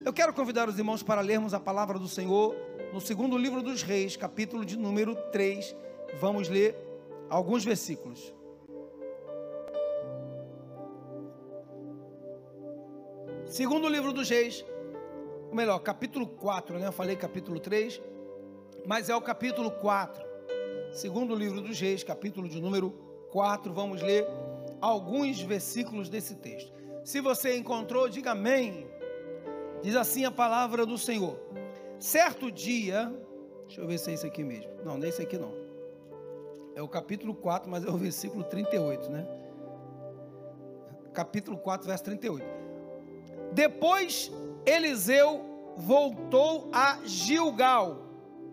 Eu quero convidar os irmãos para lermos a palavra do Senhor no segundo livro dos Reis, capítulo de número 3. Vamos ler alguns versículos. Segundo livro dos Reis, ou melhor, capítulo 4, né? Eu falei capítulo 3, mas é o capítulo 4. Segundo livro dos Reis, capítulo de número 4, vamos ler alguns versículos desse texto. Se você encontrou, diga amém. Diz assim a palavra do Senhor: certo dia, deixa eu ver se é isso aqui mesmo, não é esse aqui não, é o capítulo 4, mas é o versículo 38, né? Capítulo 4, verso 38. Depois Eliseu voltou a Gilgal.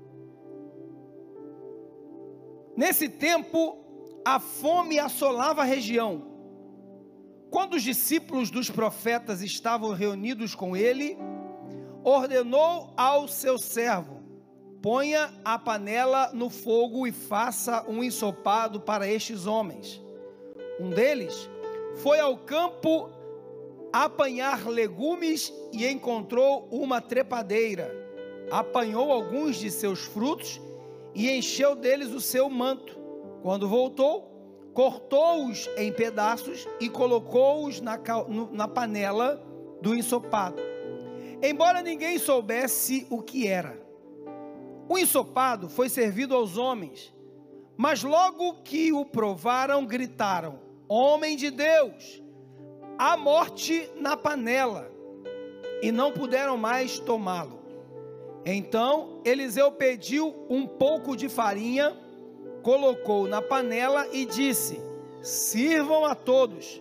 Nesse tempo, a fome assolava a região. Quando os discípulos dos profetas estavam reunidos com ele, ordenou ao seu servo: ponha a panela no fogo e faça um ensopado para estes homens. Um deles foi ao campo apanhar legumes e encontrou uma trepadeira. Apanhou alguns de seus frutos e encheu deles o seu manto. Quando voltou, cortou-os em pedaços e colocou-os na panela do ensopado, embora ninguém soubesse o que era. O ensopado foi servido aos homens, mas logo que o provaram, gritaram: homem de Deus, há morte na panela, e não puderam mais tomá-lo. Então Eliseu pediu um pouco de farinha, colocou na panela e disse: sirvam a todos,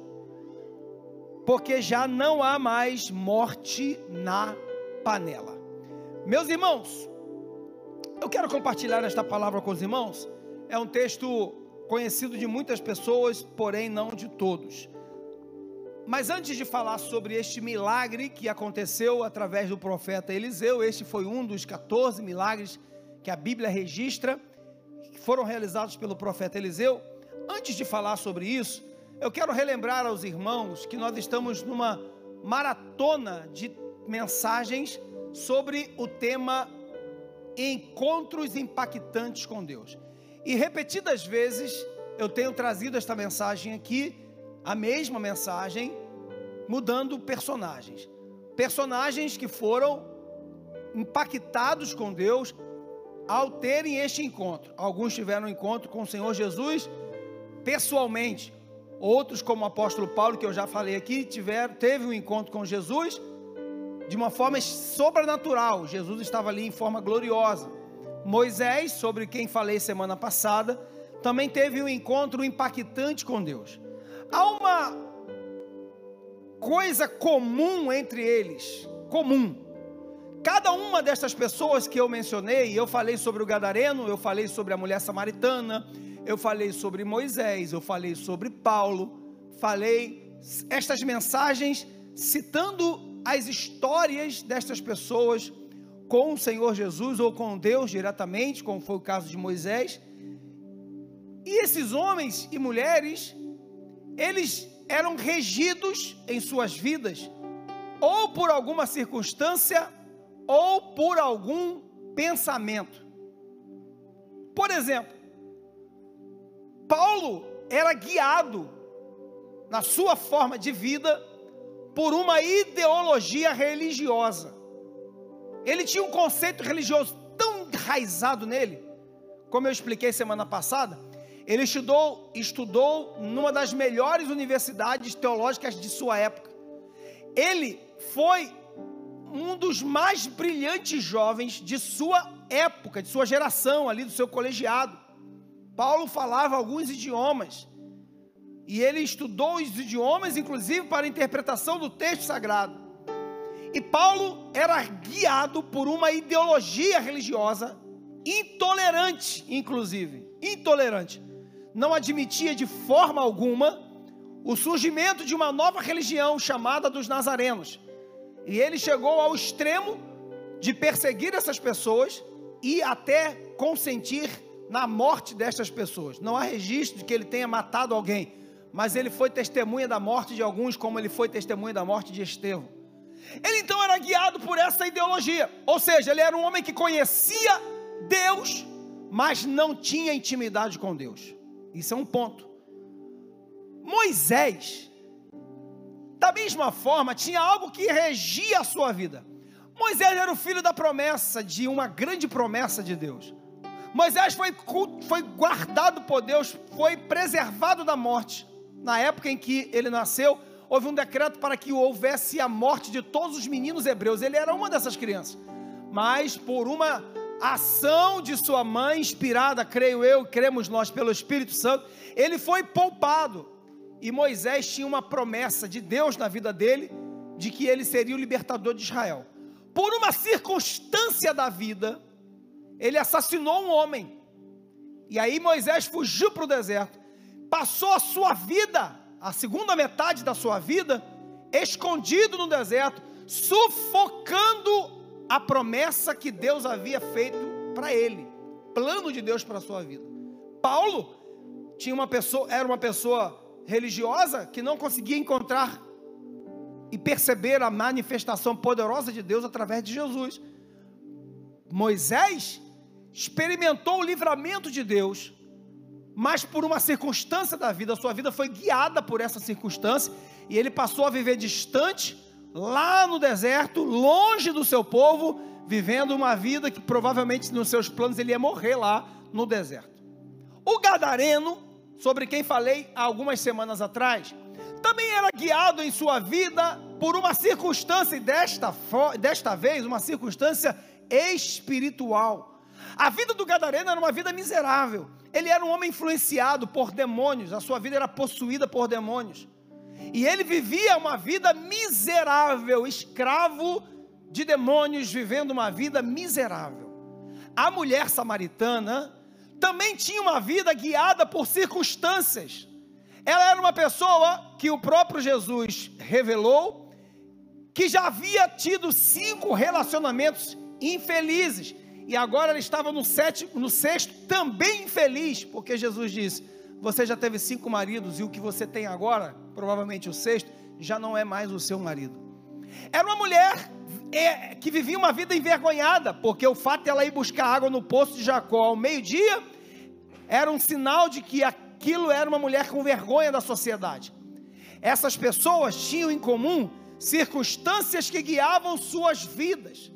porque já não há mais morte na panela. Meus irmãos, eu quero compartilhar esta palavra com os irmãos. É um texto conhecido de muitas pessoas, porém não de todos. Mas antes de falar sobre este milagre que aconteceu através do profeta Eliseu, este foi um dos 14 milagres que a Bíblia registra, que foram realizados pelo profeta Eliseu. Antes de falar sobre isso, eu quero relembrar aos irmãos que nós estamos numa maratona de mensagens sobre o tema encontros impactantes com Deus. E repetidas vezes eu tenho trazido esta mensagem aqui, a mesma mensagem, mudando personagens. Personagens que foram impactados com Deus ao terem este encontro. Alguns tiveram um encontro com o Senhor Jesus pessoalmente. Outros, como o apóstolo Paulo, que eu já falei aqui, teve um encontro com Jesus de uma forma sobrenatural. Jesus estava ali em forma gloriosa. Moisés, sobre quem falei semana passada, também teve um encontro impactante com Deus. Há uma coisa comum entre eles, comum. Cada uma dessas pessoas que eu mencionei, eu falei sobre o gadareno, eu falei sobre a mulher samaritana, eu falei sobre Moisés, eu falei sobre Paulo, falei estas mensagens citando as histórias destas pessoas com o Senhor Jesus ou com Deus diretamente, como foi o caso de Moisés. E esses homens e mulheres, eles eram regidos em suas vidas ou por alguma circunstância ou por algum pensamento. Por exemplo, Paulo era guiado na sua forma de vida por uma ideologia religiosa. Ele tinha um conceito religioso tão enraizado nele, como eu expliquei semana passada. Ele estudou numa das melhores universidades teológicas de sua época. Ele foi um dos mais brilhantes jovens de sua época, de sua geração ali, do seu colegiado. Paulo falava alguns idiomas, e ele estudou os idiomas, inclusive para a interpretação do texto sagrado. E Paulo era guiado por uma ideologia religiosa intolerante, inclusive, intolerante. Não admitia de forma alguma o surgimento de uma nova religião chamada dos nazarenos. E ele chegou ao extremo de perseguir essas pessoas e até consentir na morte destas pessoas. Não há registro de que ele tenha matado alguém, mas ele foi testemunha da morte de alguns, como ele foi testemunha da morte de Estevão. Ele então era guiado por essa ideologia, ou seja, ele era um homem que conhecia Deus, mas não tinha intimidade com Deus. Isso é um ponto. Moisés, da mesma forma, tinha algo que regia a sua vida. Moisés era o filho da promessa, de uma grande promessa de Deus. Moisés foi guardado por Deus, foi preservado da morte. Na época em que ele nasceu, houve um decreto para que houvesse a morte de todos os meninos hebreus. Ele era uma dessas crianças, mas por uma ação de sua mãe, inspirada, creio eu, cremos nós, pelo Espírito Santo, ele foi poupado. E Moisés tinha uma promessa de Deus na vida dele, de que ele seria o libertador de Israel. Por uma circunstância da vida, ele assassinou um homem, e aí Moisés fugiu para o deserto, passou a sua vida, a segunda metade da sua vida, escondido no deserto, sufocando a promessa que Deus havia feito para ele, plano de Deus para a sua vida. Paulo era uma pessoa religiosa que não conseguia encontrar e perceber a manifestação poderosa de Deus através de Jesus. Moisés experimentou o livramento de Deus, mas por uma circunstância da vida, a sua vida foi guiada por essa circunstância, e ele passou a viver distante, lá no deserto, longe do seu povo, vivendo uma vida que provavelmente nos seus planos ele ia morrer lá no deserto. O gadareno, sobre quem falei há algumas semanas atrás, também era guiado em sua vida por uma circunstância, e desta vez uma circunstância espiritual. A vida do gadareno era uma vida miserável. Ele era um homem influenciado por demônios, a sua vida era possuída por demônios, e ele vivia uma vida miserável, escravo de demônios, vivendo uma vida miserável. A mulher samaritana também tinha uma vida guiada por circunstâncias. Ela era uma pessoa que o próprio Jesus revelou, que já havia tido 5 relacionamentos infelizes, e agora ela estava no sexto, também infeliz, porque Jesus disse: você já teve 5 maridos, e o que você tem agora, provavelmente o sexto, já não é mais o seu marido. Era uma mulher que vivia uma vida envergonhada, porque o fato de ela ir buscar água no poço de Jacó ao meio-dia, era um sinal de que aquilo era uma mulher com vergonha da sociedade. Essas pessoas tinham em comum circunstâncias que guiavam suas vidas,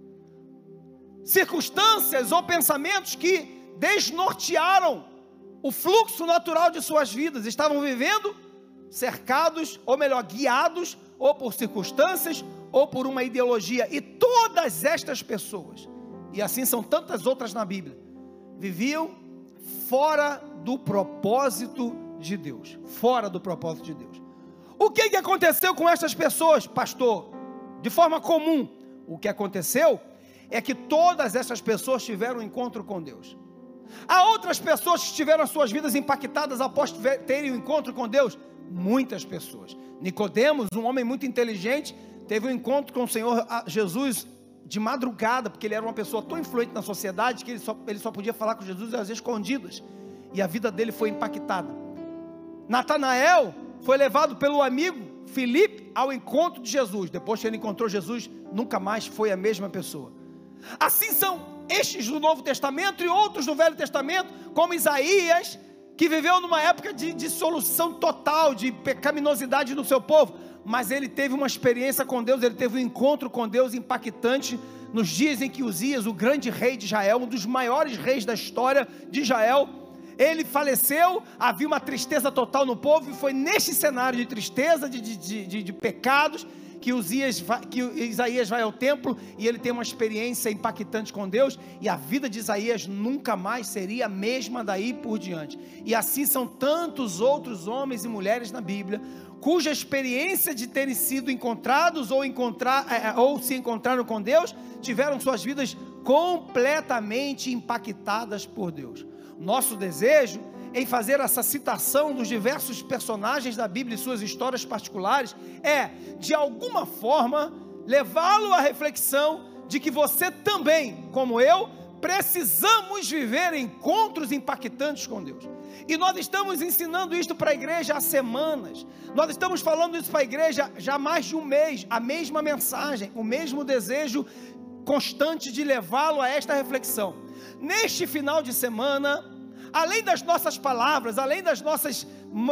circunstâncias ou pensamentos que desnortearam o fluxo natural de suas vidas. Estavam vivendo cercados, ou melhor, guiados, ou por circunstâncias, ou por uma ideologia. E todas estas pessoas, e assim são tantas outras na Bíblia, viviam fora do propósito de Deus. Fora do propósito de Deus. O que aconteceu com estas pessoas, pastor? De forma comum, o que aconteceu é que todas essas pessoas tiveram um encontro com Deus. Há outras pessoas que tiveram as suas vidas impactadas após terem um encontro com Deus. Muitas pessoas. Nicodemos, um homem muito inteligente, teve um encontro com o Senhor Jesus de madrugada, porque ele era uma pessoa tão influente na sociedade que ele só podia falar com Jesus às escondidas, e a vida dele foi impactada. Natanael foi levado pelo amigo Filipe ao encontro de Jesus. Depois que ele encontrou Jesus, nunca mais foi a mesma pessoa. Assim são estes do Novo Testamento e outros do Velho Testamento, como Isaías, que viveu numa época de dissolução total, de pecaminosidade no seu povo, mas ele teve uma experiência com Deus, ele teve um encontro com Deus impactante, nos dias em que Uzias, o grande rei de Israel, um dos maiores reis da história de Israel, ele faleceu, havia uma tristeza total no povo, e foi neste cenário de tristeza, de pecados, que Isaías vai ao templo, e ele tem uma experiência impactante com Deus, e a vida de Isaías nunca mais seria a mesma daí por diante. E assim são tantos outros homens e mulheres na Bíblia, cuja experiência de terem sido encontrados ou se encontraram com Deus, tiveram suas vidas completamente impactadas por Deus. Nosso desejo em fazer essa citação dos diversos personagens da Bíblia e suas histórias particulares é, de alguma forma, levá-lo à reflexão de que você também, como eu, precisamos viver encontros impactantes com Deus. E nós estamos ensinando isto para a igreja há semanas. Nós estamos falando isso para a igreja já há mais de um mês. A mesma mensagem, o mesmo desejo constante de levá-lo a esta reflexão. Neste final de semana, além das nossas palavras, além das nossas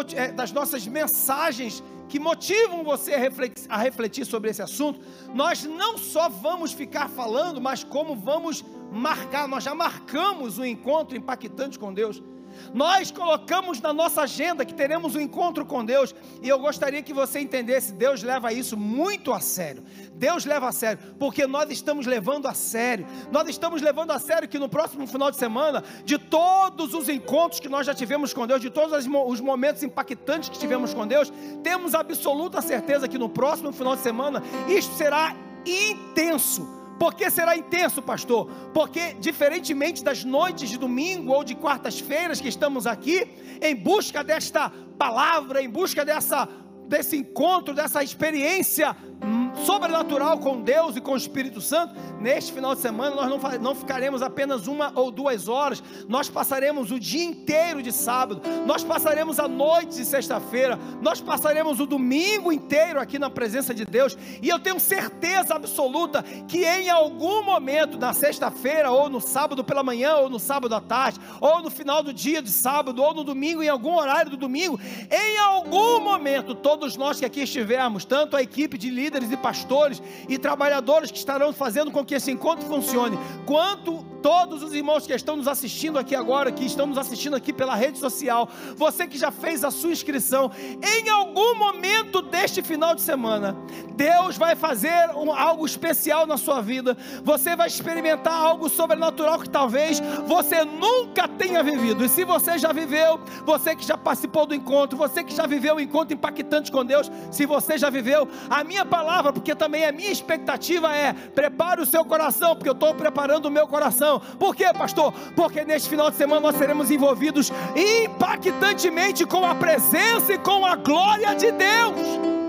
mensagens que motivam você a refletir sobre esse assunto, nós não só vamos ficar falando, mas como vamos marcar. Nós já marcamos um encontro impactante com Deus. Nós colocamos na nossa agenda que teremos um encontro com Deus, e eu gostaria que você entendesse, Deus leva isso muito a sério. Deus leva a sério, porque nós estamos levando a sério. Nós estamos levando a sério que no próximo final de semana, de todos os encontros que nós já tivemos com Deus, de todos os momentos impactantes que tivemos com Deus, temos absoluta certeza que no próximo final de semana, isto será intenso. Por que será intenso, pastor? Porque diferentemente das noites de domingo ou de quartas-feiras que estamos aqui, em busca desta palavra, em busca desse encontro, dessa experiência sobrenatural com Deus e com o Espírito Santo, neste final de semana nós não ficaremos apenas 1 ou 2 horas, nós passaremos o dia inteiro de sábado, nós passaremos a noite de sexta-feira, nós passaremos o domingo inteiro aqui na presença de Deus, e eu tenho certeza absoluta que em algum momento, na sexta-feira, ou no sábado pela manhã, ou no sábado à tarde, ou no final do dia de sábado, ou no domingo, em algum horário do domingo, em algum momento, todos nós que aqui estivermos, tanto a equipe de líderes e pastores e trabalhadores que estarão fazendo com que esse encontro funcione, quanto todos os irmãos que estão nos assistindo aqui agora, que estão nos assistindo aqui pela rede social, você que já fez a sua inscrição, em algum momento deste final de semana, Deus vai fazer algo especial na sua vida, você vai experimentar algo sobrenatural que talvez você nunca tenha vivido, e se você já viveu, você que já participou do encontro, você que já viveu um encontro impactante com Deus, se você já viveu, a minha palavra, porque também a minha expectativa é, prepare o seu coração, porque eu estou preparando o meu coração. Por quê, pastor? Porque neste final de semana nós seremos envolvidos impactantemente com a presença e com a glória de Deus.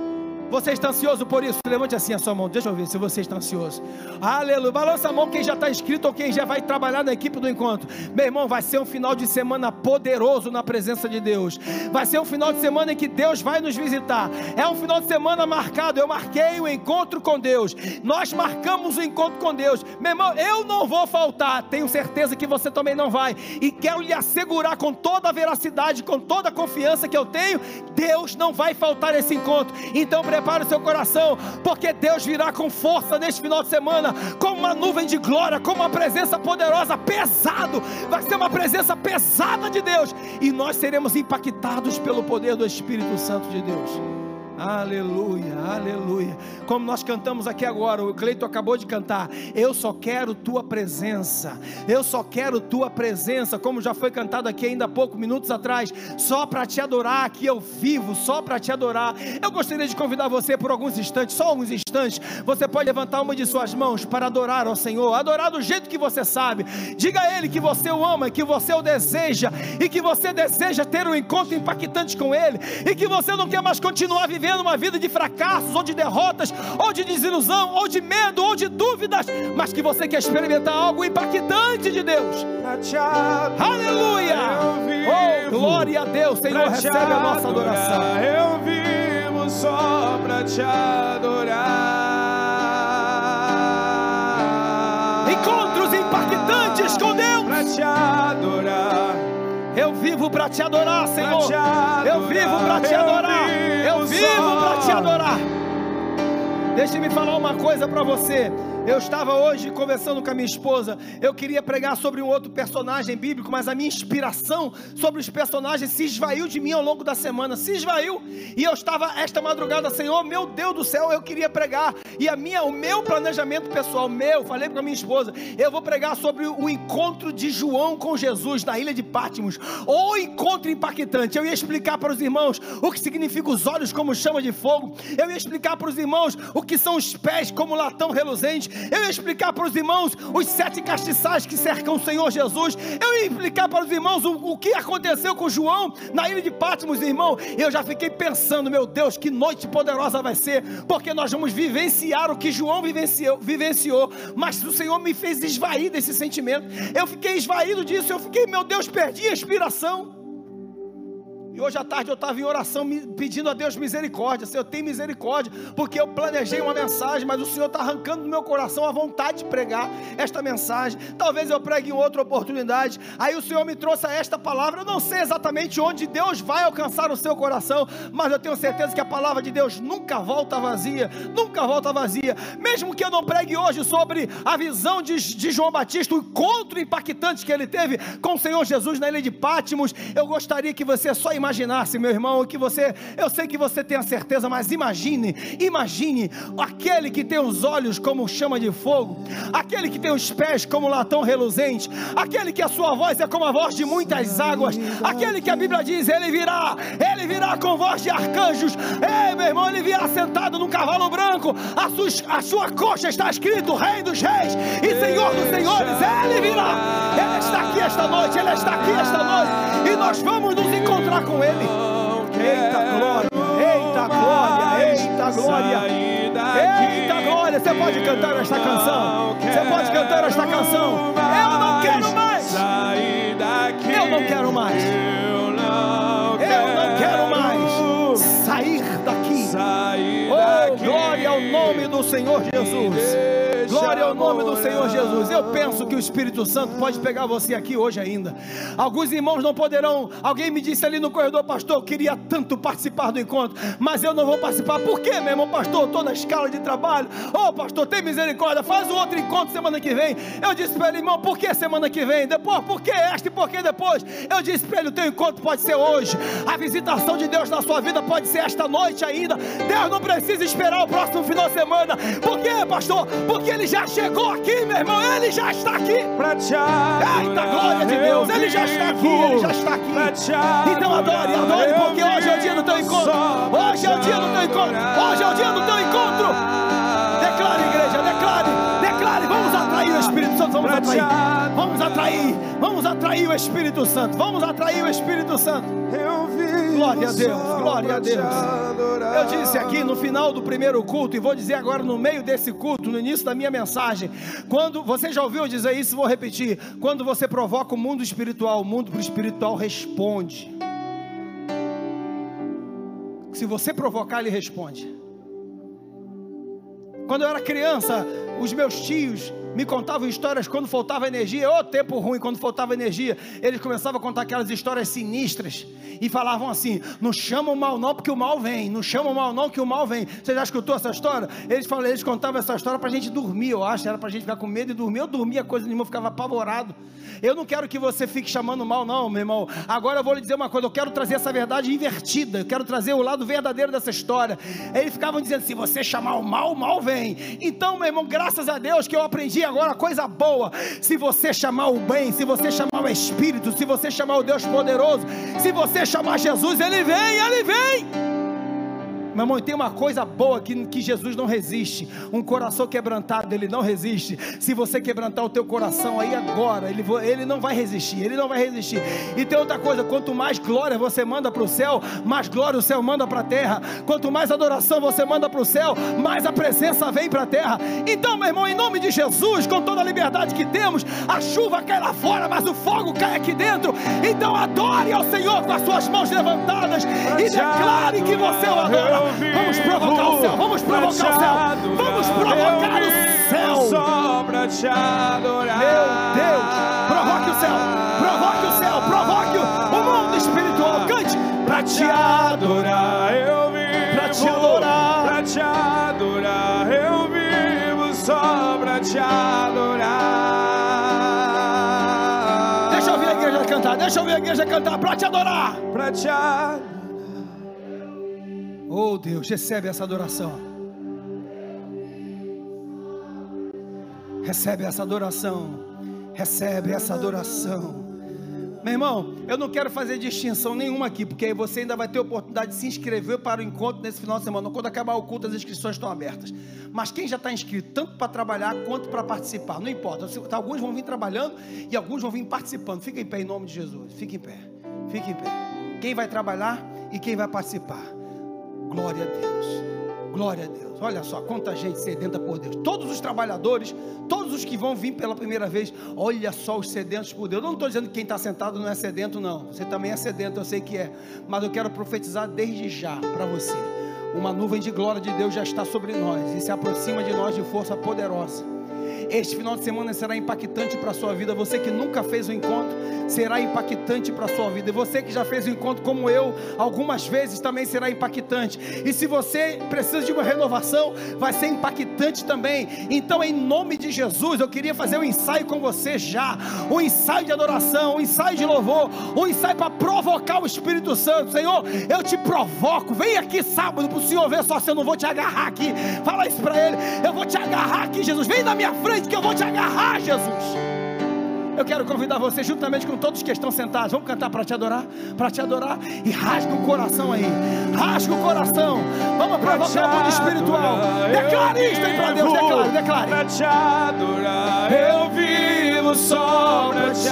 Você está ansioso por isso? Levante assim a sua mão, deixa eu ver se você está ansioso. Aleluia, balança a mão quem já está inscrito ou quem já vai trabalhar na equipe do encontro. Meu irmão, vai ser um final de semana poderoso na presença de Deus. Vai ser um final de semana em que Deus vai nos visitar. É um final de semana marcado, eu marquei o encontro com Deus. Nós marcamos o encontro com Deus. Meu irmão, eu não vou faltar, tenho certeza que você também não vai. E quero lhe assegurar com toda a veracidade, com toda a confiança que eu tenho, Deus não vai faltar esse encontro. Então prepare o seu coração, porque Deus virá com força neste final de semana, com uma nuvem de glória, com uma presença poderosa, pesado, vai ser uma presença pesada de Deus, e nós seremos impactados pelo poder do Espírito Santo de Deus. Aleluia, aleluia. Como nós cantamos aqui agora, o Cleito acabou de cantar, eu só quero tua presença, eu só quero tua presença, como já foi cantado aqui ainda há poucos minutos atrás, só para te adorar, aqui eu vivo, só para te adorar. Eu gostaria de convidar você por alguns instantes, só alguns instantes, você pode levantar uma de suas mãos para adorar ao Senhor, adorar do jeito que você sabe, diga a Ele que você o ama, que você o deseja, e que você deseja ter um encontro impactante com Ele, e que você não quer mais continuar vivendo uma vida de fracassos, ou de derrotas, ou de desilusão, ou de medo, ou de dúvidas, mas que você quer experimentar algo impactante de Deus. Aleluia! Oh, glória a Deus, Senhor, recebe a nossa adoração. Eu vivo só para te adorar. Encontros impactantes com Deus. Para te adorar. Eu vivo para te adorar, Senhor. Eu vivo para te adorar. Eu vivo para te adorar. Deixe-me falar uma coisa para você. Eu estava hoje conversando com a minha esposa, eu queria pregar sobre um outro personagem bíblico, mas a minha inspiração sobre os personagens se esvaiu de mim ao longo da semana, se esvaiu, e eu estava esta madrugada, Senhor, meu Deus do céu, eu queria pregar, e o meu planejamento pessoal, falei com a minha esposa, eu vou pregar sobre o encontro de João com Jesus na ilha de Patmos, o encontro impactante. Eu ia explicar para os irmãos o que significa os olhos como chama de fogo, eu ia explicar para os irmãos o que são os pés como latão reluzente, eu ia explicar para os irmãos os 7 castiçais que cercam o Senhor Jesus, eu ia explicar para os irmãos o que aconteceu com João na ilha de Patmos, irmão. Eu já fiquei pensando, meu Deus, que noite poderosa vai ser, porque nós vamos vivenciar o que João vivenciou, mas o Senhor me fez esvair desse sentimento, eu fiquei esvaído disso, eu fiquei, meu Deus, perdi a inspiração. E hoje à tarde eu estava em oração pedindo a Deus misericórdia. Senhor, tem misericórdia, porque eu planejei uma mensagem, mas o Senhor está arrancando do meu coração a vontade de pregar esta mensagem. Talvez eu pregue em outra oportunidade. Aí o Senhor me trouxe esta palavra. Eu não sei exatamente onde Deus vai alcançar o seu coração, mas eu tenho certeza que a palavra de Deus nunca volta vazia, nunca volta vazia. Mesmo que eu não pregue hoje sobre a visão de João Batista, o encontro impactante que ele teve com o Senhor Jesus na ilha de Patmos, eu gostaria que você só imaginasse, meu irmão, que você, eu sei que você tem a certeza, mas imagine aquele que tem os olhos como chama de fogo, aquele que tem os pés como latão reluzente, aquele que a sua voz é como a voz de muitas águas, aquele que a Bíblia diz, ele virá com voz de arcanjos, meu irmão, ele virá sentado num cavalo branco, a sua coxa está escrito Rei dos Reis e Senhor dos Senhores. Ele virá, ele está aqui esta noite, ele está aqui esta noite, e nós vamos nos encontrar com ele. Eita glória, eita glória, eita glória, eita glória. Você pode cantar esta canção, você pode cantar esta canção. Eu não quero mais, eu não quero mais, eu não quero mais sair daqui. Oh, glória ao nome do Senhor Jesus, glória ao nome do Senhor Jesus. Eu penso que o Espírito Santo pode pegar você aqui hoje ainda. Alguns irmãos não poderão. Alguém me disse ali no corredor, pastor, eu queria tanto participar do encontro, mas eu não vou participar. Por quê, meu irmão? Pastor, eu estou na escala de trabalho. Oh, pastor, tem misericórdia, faz um outro encontro semana que vem. Eu disse para ele, irmão, por que semana que vem? Depois, por que esta e por que depois? Eu disse para ele, o teu encontro pode ser hoje, a visitação de Deus na sua vida pode ser esta noite ainda. Deus não precisa esperar o próximo final de semana. Por quê, pastor? Porque ele já chegou aqui, meu irmão, ele já está aqui. Eita glória de Deus, ele já está aqui, ele já está aqui. Então adore, porque hoje é o dia do teu encontro. Hoje é o dia do teu encontro. Hoje é o dia do teu encontro. Declare, igreja, declare. Vamos atrair o Espírito Santo, vamos atrair o Espírito Santo, vamos atrair o Espírito Santo. Glória a Deus, glória a Deus. Eu disse aqui no final do primeiro culto, e vou dizer agora no meio desse culto, no início da minha mensagem, quando você já ouviu dizer isso, vou repetir: quando você provoca o mundo espiritual, o mundo espiritual responde. Se você provocar, ele responde. Quando eu era criança, os meus tios me contavam histórias quando faltava energia. Ô tempo ruim, quando faltava energia, eles começavam a contar aquelas histórias sinistras e falavam assim: não chama o mal não, porque o mal vem. Não chama o mal não, que o mal vem. Você já escutou essa história? Eles contavam essa história pra gente dormir, eu acho. Era pra gente ficar com medo e dormir. Eu dormia coisa nenhuma, eu ficava apavorado. Eu não quero que você fique chamando mal não, meu irmão. Agora eu vou lhe dizer uma coisa, eu quero trazer essa verdade invertida, eu quero trazer o lado verdadeiro dessa história. Eles ficavam dizendo, se você chamar o mal vem. Então, meu irmão, graças a Deus que eu aprendi agora coisa boa. Se você chamar o bem, se você chamar o Espírito, se você chamar o Deus poderoso, se você chamar Jesus, ele vem. Meu irmão, tem uma coisa boa que Jesus não resiste. Um coração quebrantado, ele não resiste. Se você quebrantar o teu coração aí agora, ele não vai resistir. Ele não vai resistir. E tem outra coisa, quanto mais glória você manda para o céu, mais glória o céu manda para a terra. Quanto mais adoração você manda para o céu, mais a presença vem para a terra. Então, meu irmão, em nome de Jesus, com toda a liberdade que temos, a chuva cai lá fora, mas o fogo cai aqui dentro. Então adore ao Senhor com as suas mãos levantadas e declare que você o adora. Vamos provocar o céu, vamos provocar o céu, vamos provocar o céu. Só pra te adorar. Meu Deus, provoque o céu, provoque o mundo espiritual. Cante pra te adorar. Eu vivo pra te adorar, pra te adorar. Eu vivo só pra te adorar. Deixa eu ouvir a igreja cantar, pra te adorar, pra te adorar. Oh Deus, recebe essa adoração. Recebe essa adoração. Recebe essa adoração. Meu irmão, eu não quero fazer distinção nenhuma aqui, porque você ainda vai ter a oportunidade de se inscrever para o encontro nesse final de semana. Quando acabar o culto, as inscrições estão abertas. Mas quem já está inscrito, tanto para trabalhar quanto para participar, não importa. Alguns vão vir trabalhando e alguns vão vir participando. Fica em pé em nome de Jesus. Fica em pé. Fica em pé. Quem vai trabalhar e quem vai participar. Glória a Deus. Glória a Deus. Olha só, quanta gente sedenta por Deus. Todos os trabalhadores, todos os que vão vir pela primeira vez, olha só os sedentos por Deus. Eu não estou dizendo que quem está sentado não é sedento, não. Você também é sedento, eu sei que é. Mas eu quero profetizar desde já para você. Uma nuvem de glória de Deus já está sobre nós e se aproxima de nós de força poderosa. Este final de semana será impactante para a sua vida. Você que nunca fez o encontro, será impactante para a sua vida. E você que já fez o encontro como eu, algumas vezes também será impactante. E se você precisa de uma renovação, vai ser impactante também. Então, em nome de Jesus, eu queria fazer um ensaio com você já. Um ensaio de adoração, um ensaio de louvor, um ensaio para provocar o Espírito Santo. Senhor, eu te provoco. Vem aqui sábado para o Senhor ver só se eu não vou te agarrar aqui. Fala isso para Ele. Eu vou te agarrar aqui, Jesus. Vem na minha frente que eu vou te agarrar, Jesus. Eu quero convidar você, juntamente com todos que estão sentados, vamos cantar para te adorar, e rasga o coração aí, rasga o coração, vamos provocar o mundo espiritual. Declare isso aí para Deus, declare. Para te adorar, eu vivo só para te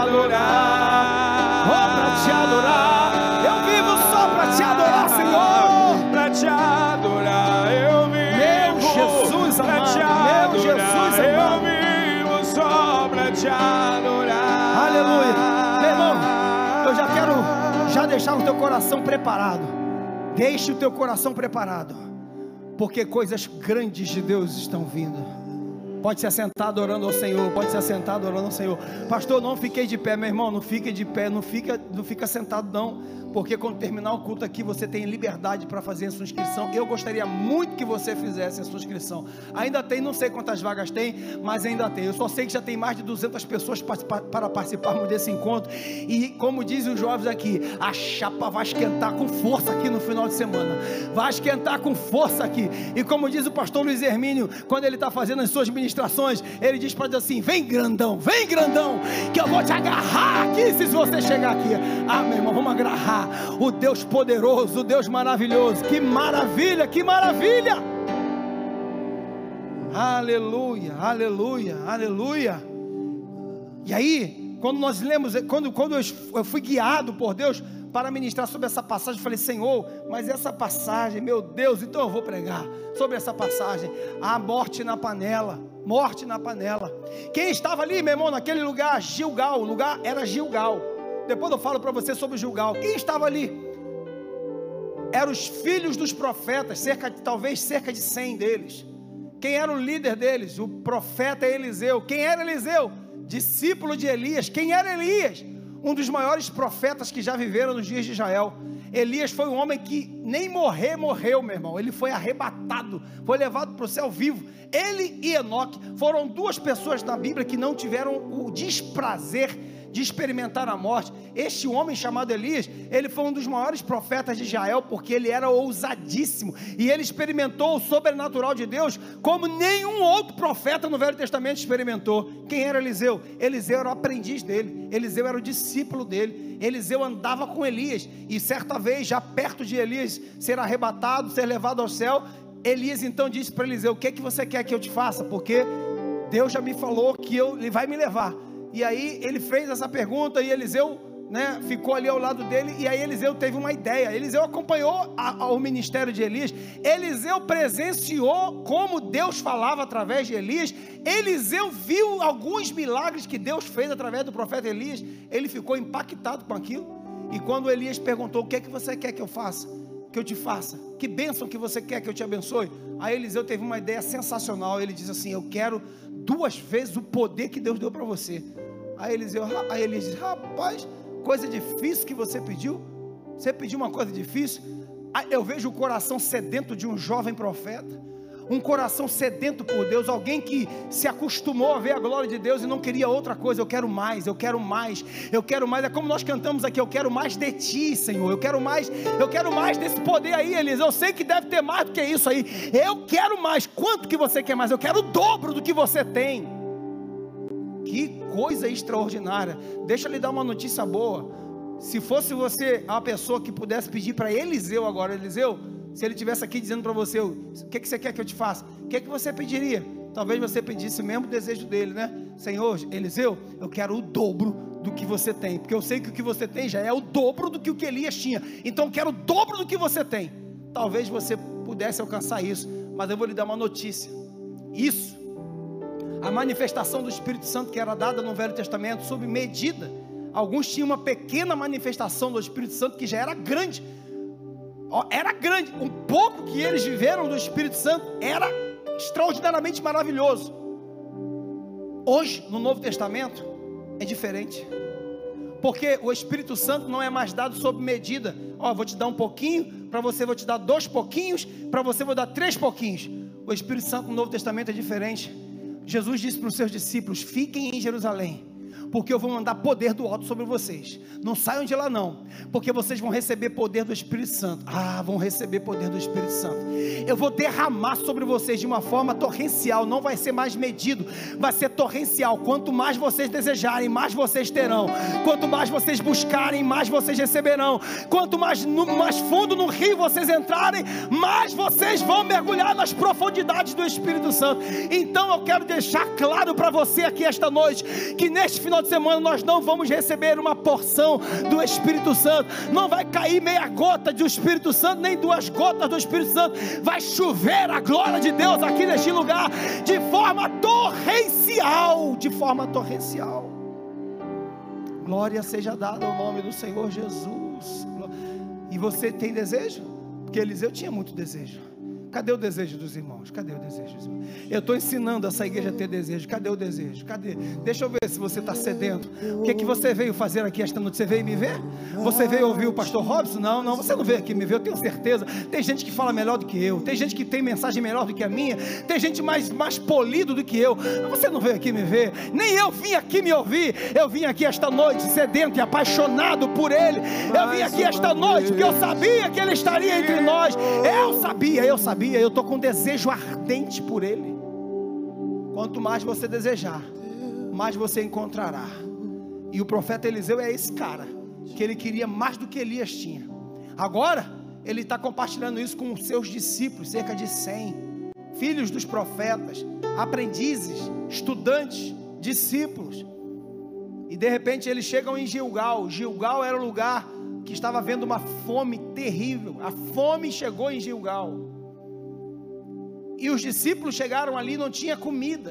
adorar. Para te adorar, eu vivo só para te adorar, Senhor. Para te adorar, eu vivo. Meu Jesus amado, meu Jesus amado. Eu vivo só para te adorar. Aleluia. Meu irmão, eu já quero deixar o teu coração preparado. Deixe o teu coração preparado, porque coisas grandes de Deus estão vindo. Pode se assentar adorando ao Senhor. Pode se assentar adorando ao Senhor. Pastor, não fiquei de pé, meu irmão. Não fique de pé, não fica sentado não, porque quando terminar o culto aqui, você tem liberdade para fazer a sua inscrição. Eu gostaria muito que você fizesse a sua inscrição. Ainda tem, não sei quantas vagas tem, mas ainda tem. Eu só sei que já tem mais de 200 pessoas para participarmos desse encontro. E como dizem os jovens aqui, a chapa vai esquentar com força aqui no final de semana. Vai esquentar com força aqui. E como diz o pastor Luiz Hermínio, quando ele está fazendo as suas ministrações, ele diz para Deus assim: vem grandão, que eu vou te agarrar aqui se você chegar aqui. Ah, meu irmão, vamos agarrar o Deus poderoso, o Deus maravilhoso. Que maravilha, que maravilha. Aleluia, aleluia, aleluia. E aí, quando nós lemos, quando eu fui guiado por Deus para ministrar sobre essa passagem, eu falei: Senhor, mas essa passagem, meu Deus, então eu vou pregar sobre essa passagem, a morte na panela. Morte na panela. Quem estava ali, meu irmão, naquele lugar? Gilgal. O lugar era Gilgal. Depois eu falo para você sobre Gilgal. Quem estava ali? Eram os filhos dos profetas, talvez cerca de 100 deles. Quem era o líder deles? O profeta Eliseu. Quem era Eliseu? Discípulo de Elias. Quem era Elias? Um dos maiores profetas que já viveram nos dias de Israel. Elias foi um homem que nem morreu, meu irmão. Ele foi arrebatado, foi levado para o céu vivo. Ele e Enoque foram duas pessoas na Bíblia que não tiveram o desprazer de experimentar a morte. Este homem chamado Elias, ele foi um dos maiores profetas de Israel, porque ele era ousadíssimo, e ele experimentou o sobrenatural de Deus, como nenhum outro profeta no Velho Testamento experimentou. Quem era Eliseu? Eliseu era o aprendiz dele, Eliseu era o discípulo dele, Eliseu andava com Elias, e certa vez, já perto de Elias ser arrebatado, ser levado ao céu, Elias então disse para Eliseu: o que é que você quer que eu te faça? Porque Deus já me falou que ele vai me levar. E aí ele fez essa pergunta, e Eliseu, ficou ali ao lado dele. E aí Eliseu teve uma ideia. Eliseu acompanhou o ministério de Elias. Eliseu presenciou como Deus falava através de Elias. Eliseu viu alguns milagres que Deus fez através do profeta Elias. Ele ficou impactado com aquilo. E quando Elias perguntou: o que é que você quer que eu faça? Que eu te faça? Que bênção que você quer que eu te abençoe? Aí Eliseu teve uma ideia sensacional. Ele disse assim: eu quero 2 vezes o poder que Deus deu para você. Aí Elias disse: rapaz, coisa difícil que você pediu? Você pediu uma coisa difícil? Aí eu vejo o coração sedento de um jovem profeta, um coração sedento por Deus, alguém que se acostumou a ver a glória de Deus e não queria outra coisa. Eu quero mais, eu quero mais, eu quero mais. É como nós cantamos aqui: eu quero mais de ti, Senhor, eu quero mais desse poder aí, Elias. Eu sei que deve ter mais do que isso aí. Eu quero mais. Quanto que você quer mais? Eu quero o dobro do que você tem. Que coisa extraordinária. Deixa eu lhe dar uma notícia boa. Se fosse você uma pessoa que pudesse pedir para Eliseu agora, Eliseu, se ele estivesse aqui dizendo para você, o que você quer que eu te faça? O que você pediria? Talvez você pedisse o mesmo desejo dele, né? Senhor, Eliseu, eu quero o dobro do que você tem, porque eu sei que o que você tem já é o dobro do que o que Elias tinha, então eu quero o dobro do que você tem. Talvez você pudesse alcançar isso, mas eu vou lhe dar uma notícia. Isso, a manifestação do Espírito Santo que era dada no Velho Testamento, sob medida. Alguns tinham uma pequena manifestação do Espírito Santo que já era grande. Era grande. Um pouco que eles viveram do Espírito Santo era extraordinariamente maravilhoso. Hoje, no Novo Testamento, é diferente. Porque o Espírito Santo não é mais dado sob medida. Vou te dar um pouquinho, para você vou te dar 2 pouquinhos, para você vou dar 3 pouquinhos. O Espírito Santo no Novo Testamento é diferente. Jesus disse para os seus discípulos: fiquem em Jerusalém, porque eu vou mandar poder do alto sobre vocês. Não saiam de lá não, porque vocês vão receber poder do Espírito Santo. Vão receber poder do Espírito Santo. Eu vou derramar sobre vocês de uma forma torrencial. Não vai ser mais medido, vai ser torrencial. Quanto mais vocês desejarem, mais vocês terão. Quanto mais vocês buscarem, mais vocês receberão. Quanto mais fundo no rio vocês entrarem, mais vocês vão mergulhar nas profundidades do Espírito Santo. Então eu quero deixar claro para você aqui esta noite, que neste final de semana nós não vamos receber uma porção do Espírito Santo. Não vai cair meia gota do Espírito Santo, nem 2 gotas do Espírito Santo. Vai chover a glória de Deus aqui neste lugar, de forma torrencial. De forma torrencial. Glória seja dada ao nome do Senhor Jesus. E você tem desejo? Porque Eliseu tinha muito desejo. Cadê o desejo dos irmãos? Cadê o desejo dos irmãos? Eu estou ensinando essa igreja a ter desejo. Cadê o desejo? Cadê? Deixa eu ver se você está sedento. O que você veio fazer aqui esta noite? Você veio me ver? Você veio ouvir o pastor Robson? Não, você não veio aqui me ver, eu tenho certeza. Tem gente que fala melhor do que eu. Tem gente que tem mensagem melhor do que a minha. Tem gente mais polido do que eu. Você não veio aqui me ver. Nem eu vim aqui me ouvir. Eu vim aqui esta noite sedento e apaixonado por Ele. Eu vim aqui esta noite porque eu sabia que Ele estaria entre nós. Eu sabia. Eu estou com desejo ardente por Ele. Quanto mais você desejar, mais você encontrará. E o profeta Eliseu é esse cara, que ele queria mais do que Elias tinha. Agora, ele está compartilhando isso com os seus discípulos, cerca de 100 filhos dos profetas, aprendizes, estudantes, discípulos. E de repente eles chegam em Gilgal. Gilgal era o lugar que estava havendo uma fome terrível. A fome chegou em Gilgal. E os discípulos chegaram ali, não tinha comida.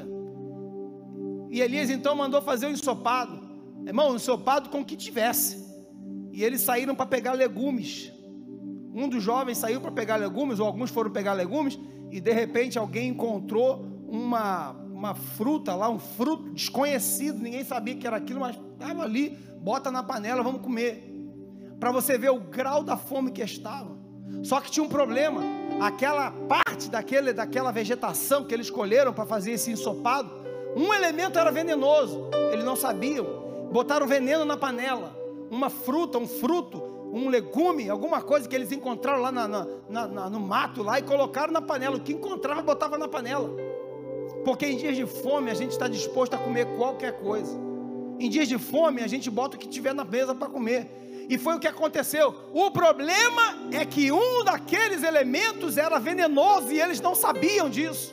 E Elias então mandou fazer um ensopado. Irmão, um ensopado com o que tivesse. E eles saíram para pegar legumes. Um dos jovens saiu para pegar legumes, ou alguns foram pegar legumes, e de repente alguém encontrou uma fruta lá, um fruto desconhecido, ninguém sabia que era aquilo, mas estava ali, bota na panela, vamos comer. Para você ver o grau da fome que estava. Só que tinha um problema. Aquela parte daquela vegetação que eles escolheram para fazer esse ensopado, um elemento era venenoso, eles não sabiam. Botaram veneno na panela. Uma fruta, um fruto, um legume, alguma coisa que eles encontraram lá no mato lá, e colocaram na panela. O que encontrava botava na panela. Porque em dias de fome a gente está disposto a comer qualquer coisa. Em dias de fome a gente bota o que tiver na mesa para comer. E foi o que aconteceu. O problema é que um daqueles elementos era venenoso e eles não sabiam disso.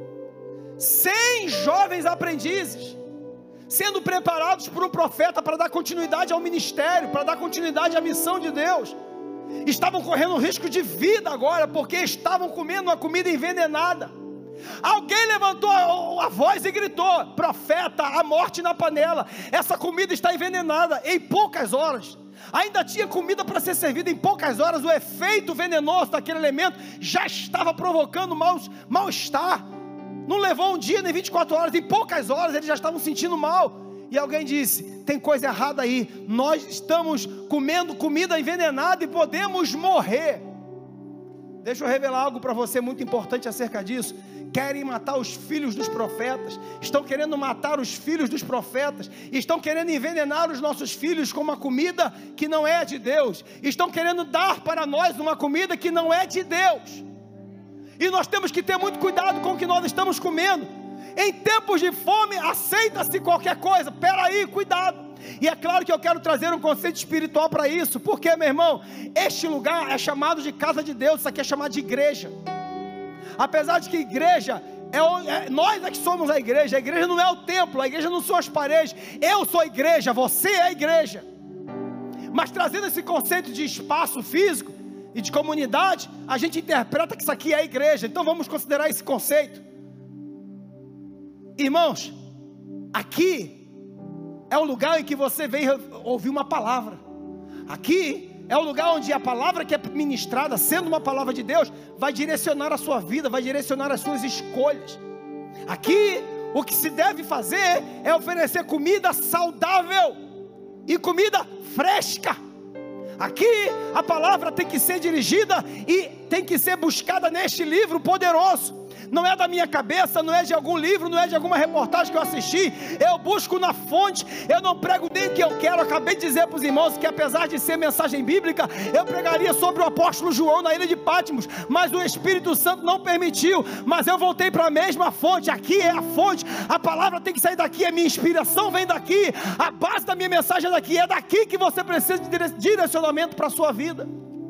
100 jovens aprendizes sendo preparados por um profeta para dar continuidade ao ministério, para dar continuidade à missão de Deus, estavam correndo risco de vida agora, porque estavam comendo uma comida envenenada. Alguém levantou a voz e gritou: profeta, a morte na panela, essa comida está envenenada. Em poucas horas, ainda tinha comida para ser servida, em poucas horas o efeito venenoso daquele elemento já estava provocando mal-estar. Não levou um dia nem 24 horas, em poucas horas eles já estavam sentindo mal. E alguém disse: tem coisa errada aí, nós estamos comendo comida envenenada e podemos morrer. Deixa eu revelar algo para você muito importante acerca disso. Querem matar os filhos dos profetas, estão querendo matar os filhos dos profetas, estão querendo envenenar os nossos filhos com uma comida que não é de Deus, estão querendo dar para nós uma comida que não é de Deus. E nós temos que ter muito cuidado com o que nós estamos comendo. Em tempos de fome, aceita-se qualquer coisa. Peraí, cuidado. E é claro que eu quero trazer um conceito espiritual para isso. Porque, meu irmão, este lugar é chamado de casa de Deus. Isso aqui é chamado de igreja. Apesar de que igreja, nós é que somos a igreja não é o templo, a igreja não são as paredes. Eu sou a igreja, você é a igreja. Mas trazendo esse conceito de espaço físico e de comunidade, a gente interpreta que isso aqui é a igreja. Então vamos considerar esse conceito. Irmãos, aqui é o lugar em que você veio ouvir uma palavra. Aqui é o lugar onde a palavra que é ministrada, sendo uma palavra de Deus, vai direcionar a sua vida, vai direcionar as suas escolhas. Aqui, o que se deve fazer é oferecer comida saudável e comida fresca. Aqui, a palavra tem que ser dirigida e tem que ser buscada neste livro poderoso. Não é da minha cabeça, não é de algum livro, não é de alguma reportagem que eu assisti. Eu busco na fonte, eu não prego nem o que eu quero. Acabei de dizer para os irmãos que apesar de ser mensagem bíblica, eu pregaria sobre o apóstolo João na ilha de Patmos, mas o Espírito Santo não permitiu. Mas eu voltei para a mesma fonte. Aqui é a fonte, a palavra tem que sair daqui, a minha inspiração vem daqui, a base da minha mensagem é daqui. É daqui que você precisa de direcionamento para a sua vida.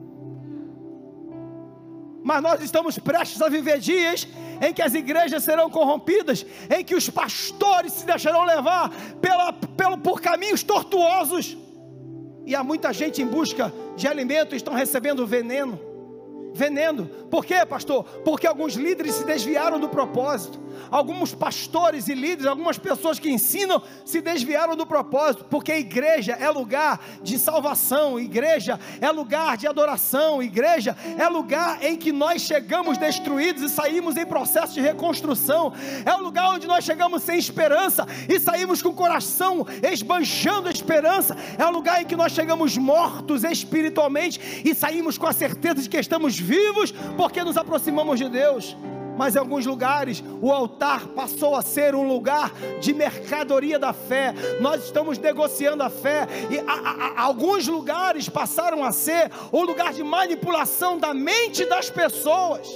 Mas nós estamos prestes a viver dias em que as igrejas serão corrompidas, em que os pastores se deixarão levar por caminhos tortuosos, e há muita gente em busca de alimento e estão recebendo veneno. Por quê, pastor? Porque alguns líderes se desviaram do propósito. Alguns pastores e líderes, algumas pessoas que ensinam, se desviaram do propósito. Porque a igreja é lugar de salvação, igreja é lugar de adoração, igreja é lugar em que nós chegamos destruídos e saímos em processo de reconstrução. É o lugar onde nós chegamos sem esperança e saímos com o coração esbanjando a esperança. É o lugar em que nós chegamos mortos espiritualmente e saímos com a certeza de que estamos vivos porque nos aproximamos de Deus. Mas em alguns lugares o altar passou a ser um lugar de mercadoria da fé. Nós estamos negociando a fé, e alguns lugares passaram a ser um lugar de manipulação da mente das pessoas.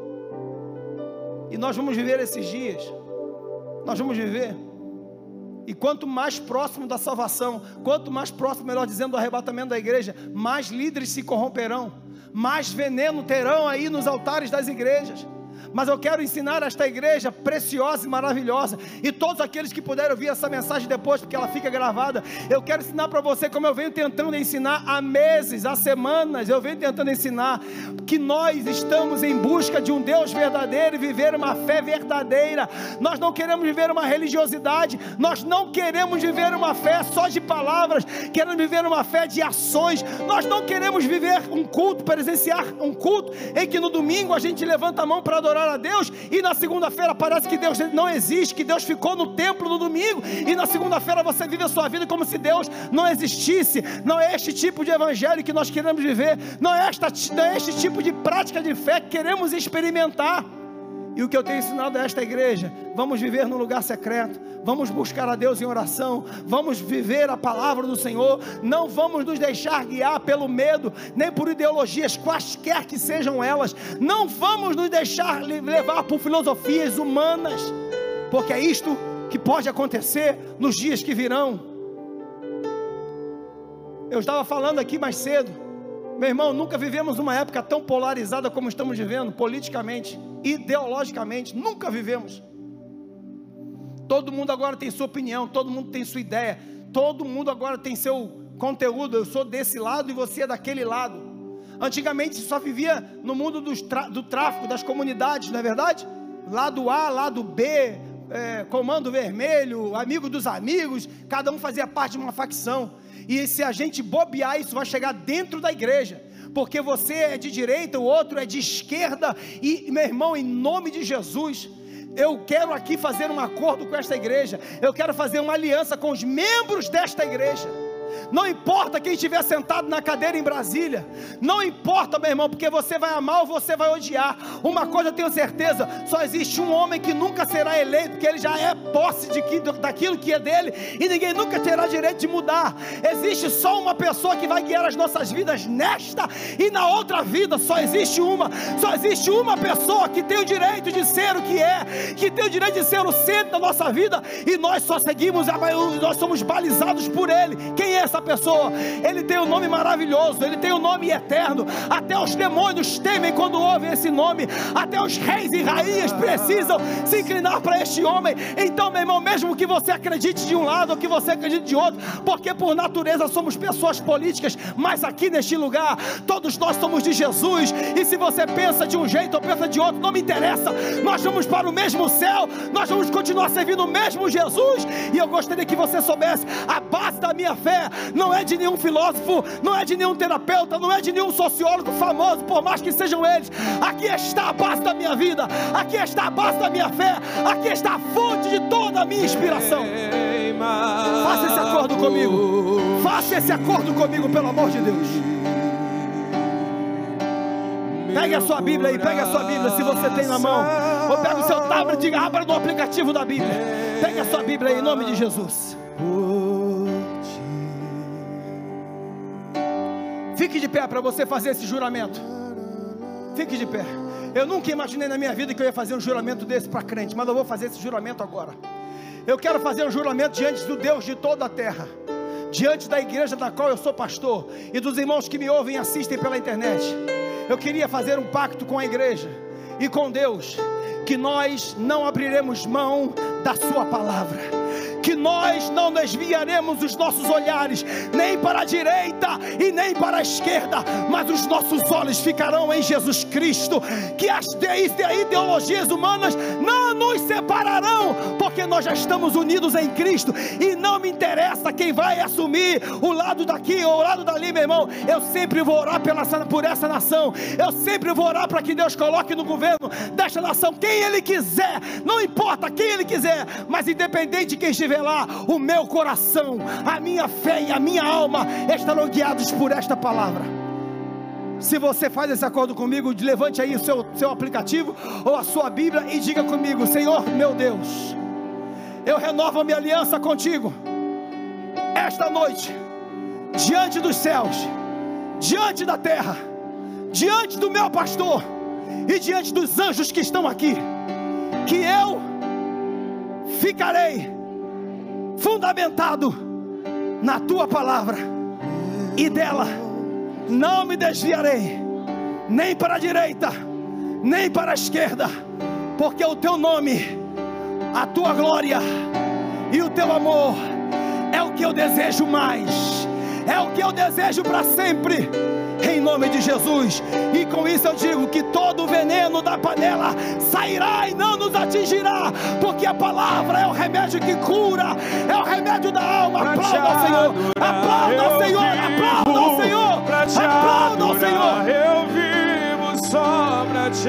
E nós vamos viver esses dias. Nós vamos viver. E quanto mais próximo da salvação, quanto mais próximo, melhor dizendo, do arrebatamento da igreja, mais líderes se corromperão, mais veneno terão aí nos altares das igrejas. Mas eu quero ensinar esta igreja preciosa e maravilhosa, e todos aqueles que puderem ouvir essa mensagem depois, porque ela fica gravada, eu quero ensinar para você, como eu venho tentando ensinar há meses, há semanas, eu venho tentando ensinar, que nós estamos em busca de um Deus verdadeiro e viver uma fé verdadeira. Nós não queremos viver uma religiosidade, nós não queremos viver uma fé só de palavras, queremos viver uma fé de ações. Nós não queremos viver um culto, presenciar um culto em que no domingo a gente levanta a mão para adorar a Deus, e na segunda-feira parece que Deus não existe, que Deus ficou no templo no domingo, e na segunda-feira você vive a sua vida como se Deus não existisse. Não é este tipo de evangelho que nós queremos viver, não é este tipo de prática de fé que queremos experimentar. E o que eu tenho ensinado a esta igreja: vamos viver no lugar secreto, vamos buscar a Deus em oração, vamos viver a palavra do Senhor, não vamos nos deixar guiar pelo medo, nem por ideologias, quaisquer que sejam elas, não vamos nos deixar levar por filosofias humanas, porque é isto que pode acontecer nos dias que virão. Eu estava falando aqui mais cedo, meu irmão, nunca vivemos uma época tão polarizada como estamos vivendo, politicamente, ideologicamente, nunca vivemos. Todo mundo agora tem sua opinião, todo mundo tem sua ideia, todo mundo agora tem seu conteúdo. Eu sou desse lado e você é daquele lado. Antigamente só vivia no mundo do tráfico, das comunidades, não é verdade? Lado A, lado B, comando vermelho, amigo dos amigos, cada um fazia parte de uma facção. E se a gente bobear, isso vai chegar dentro da igreja, porque você é de direita, o outro é de esquerda. E meu irmão, em nome de Jesus, eu quero aqui fazer um acordo com esta igreja, eu quero fazer uma aliança com os membros desta igreja, Não importa quem estiver sentado na cadeira em Brasília, não importa, meu irmão, porque você vai amar ou você vai odiar. Uma coisa eu tenho certeza: só existe um homem que nunca será eleito, porque ele já é posse daquilo que é dele, e ninguém nunca terá direito de mudar. Existe só uma pessoa que vai guiar as nossas vidas nesta e na outra vida. Só existe uma pessoa que tem o direito de ser o que é, que tem o direito de ser o centro da nossa vida, e nós só seguimos, nós somos balizados por ele. Quem é essa pessoa? Ele tem um nome maravilhoso, ele tem um nome eterno. Até os demônios temem quando ouvem esse nome, até os reis e rainhas precisam se inclinar para este homem. Então, meu irmão, mesmo que você acredite de um lado ou que você acredite de outro, porque por natureza somos pessoas políticas, mas aqui neste lugar todos nós somos de Jesus. E se você pensa de um jeito ou pensa de outro, não me interessa, nós vamos para o mesmo céu, nós vamos continuar servindo o mesmo Jesus. E eu gostaria que você soubesse: a base da minha fé não é de nenhum filósofo, não é de nenhum terapeuta, não é de nenhum sociólogo famoso, por mais que sejam eles. Aqui está a base da minha vida, aqui está a base da minha fé, aqui está a fonte de toda a minha inspiração. Faça esse acordo comigo, faça esse acordo comigo, pelo amor de Deus. Pegue a sua Bíblia aí, pegue a sua Bíblia, se você tem na mão, ou pega o seu tablet e abra no aplicativo da Bíblia. Pegue a sua Bíblia aí, em nome de Jesus. Fique de pé para você fazer esse juramento. Fique de pé. Eu nunca imaginei na minha vida que eu ia fazer um juramento desse para crente, mas eu vou fazer esse juramento agora. Eu quero fazer um juramento diante do Deus de toda a terra, diante da igreja da qual eu sou pastor, e dos irmãos que me ouvem e assistem pela internet. Eu queria fazer um pacto com a igreja e com Deus, que nós não abriremos mão da sua palavra, que nós não desviaremos os nossos olhares nem para a direita e nem para a esquerda, mas os nossos olhos ficarão em Jesus Cristo, que as ideologias humanas não nos separarão, porque nós já estamos unidos em Cristo. E não me interessa quem vai assumir o lado daqui ou o lado dali, meu irmão. Eu sempre vou orar por essa nação, eu sempre vou orar para que Deus coloque no governo desta nação quem Ele quiser, não importa quem Ele quiser, mas independente de quem estiver lá, o meu coração, a minha fé e a minha alma estarão guiados por esta palavra. Se você faz esse acordo comigo, levante aí o seu aplicativo ou a sua Bíblia e diga comigo: Senhor meu Deus, eu renovo a minha aliança contigo esta noite, diante dos céus, diante da terra, diante do meu pastor e diante dos anjos que estão aqui, que eu ficarei fundamentado na tua palavra, e dela não me desviarei, nem para a direita, nem para a esquerda, porque o teu nome, a tua glória e o teu amor é o que eu desejo mais, é o que eu desejo para sempre, em nome de Jesus. E com isso eu digo que todo o veneno da panela sairá e não nos atingirá, porque a palavra é o remédio que cura, é o remédio da alma. Aplauda ao Senhor, aplauda ao Senhor, aplauda ao Senhor, aplauda ao Senhor. Eu vivo só para te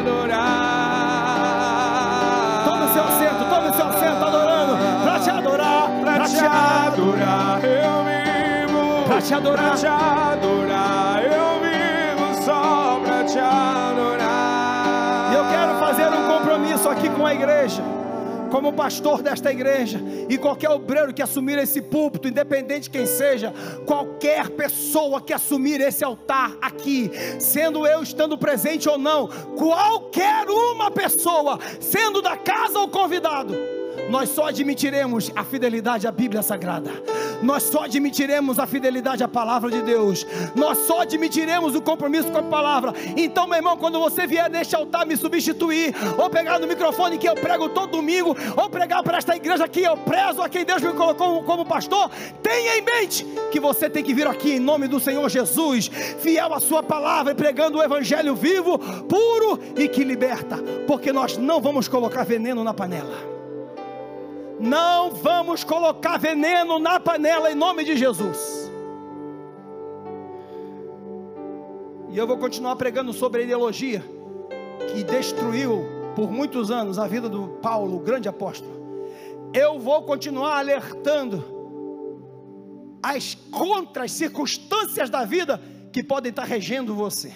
adorar. Tome o seu assento, adorando, para te adorar, para te adorar. Eu vivo para te adorar, eu vivo só para te adorar. E eu quero fazer um compromisso aqui com a igreja, como pastor desta igreja, e qualquer obreiro que assumir esse púlpito, independente de quem seja, qualquer pessoa que assumir esse altar aqui, sendo eu estando presente ou não, qualquer uma pessoa, sendo da casa ou convidado, nós só admitiremos a fidelidade à Bíblia Sagrada, nós só admitiremos a fidelidade à palavra de Deus, nós só admitiremos o compromisso com a palavra. Então, meu irmão, quando você vier neste altar me substituir, ou pegar no microfone que eu prego todo domingo, ou pregar para esta igreja que eu prezo, a quem Deus me colocou como pastor, tenha em mente que você tem que vir aqui em nome do Senhor Jesus, fiel à sua palavra e pregando o evangelho vivo, puro e que liberta, porque nós não vamos colocar veneno na panela. Não vamos colocar veneno na panela, em nome de Jesus. E eu vou continuar pregando sobre a ideologia que destruiu por muitos anos a vida do Paulo, o grande apóstolo. Eu vou continuar alertando contra as circunstâncias da vida que podem estar regendo você.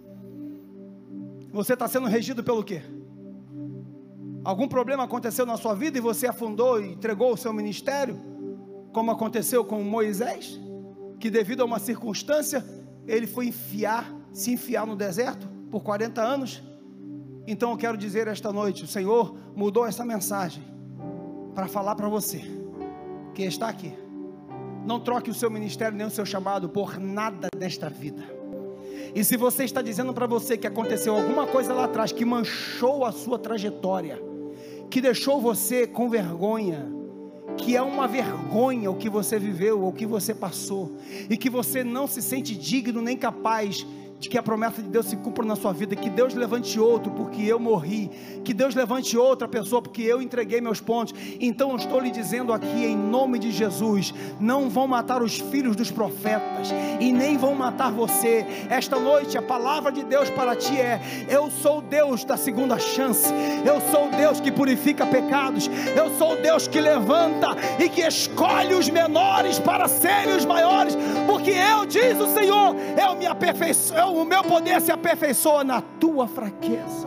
Você está sendo regido pelo quê? Algum problema aconteceu na sua vida e você afundou e entregou o seu ministério, como aconteceu com Moisés, que devido a uma circunstância, ele foi se enfiar no deserto por 40 anos. Então eu quero dizer esta noite, o Senhor mudou essa mensagem para falar para você, que está aqui: não troque o seu ministério nem o seu chamado por nada nesta vida. E se você está dizendo para você que aconteceu alguma coisa lá atrás que manchou a sua trajetória, que deixou você com vergonha, que é uma vergonha o que você viveu, ou o que você passou, e que você não se sente digno nem capaz de que a promessa de Deus se cumpra na sua vida, que Deus levante outro porque eu morri, que Deus levante outra pessoa porque eu entreguei meus pontos. Então eu estou lhe dizendo aqui em nome de Jesus, não vão matar os filhos dos profetas, e nem vão matar você. Esta noite a palavra de Deus para ti é: eu sou o Deus da segunda chance, eu sou o Deus que purifica pecados, eu sou o Deus que levanta e que escolhe os menores para serem os maiores, porque eu, diz o Senhor, eu me aperfeiçoo, o meu poder se aperfeiçoa na tua fraqueza.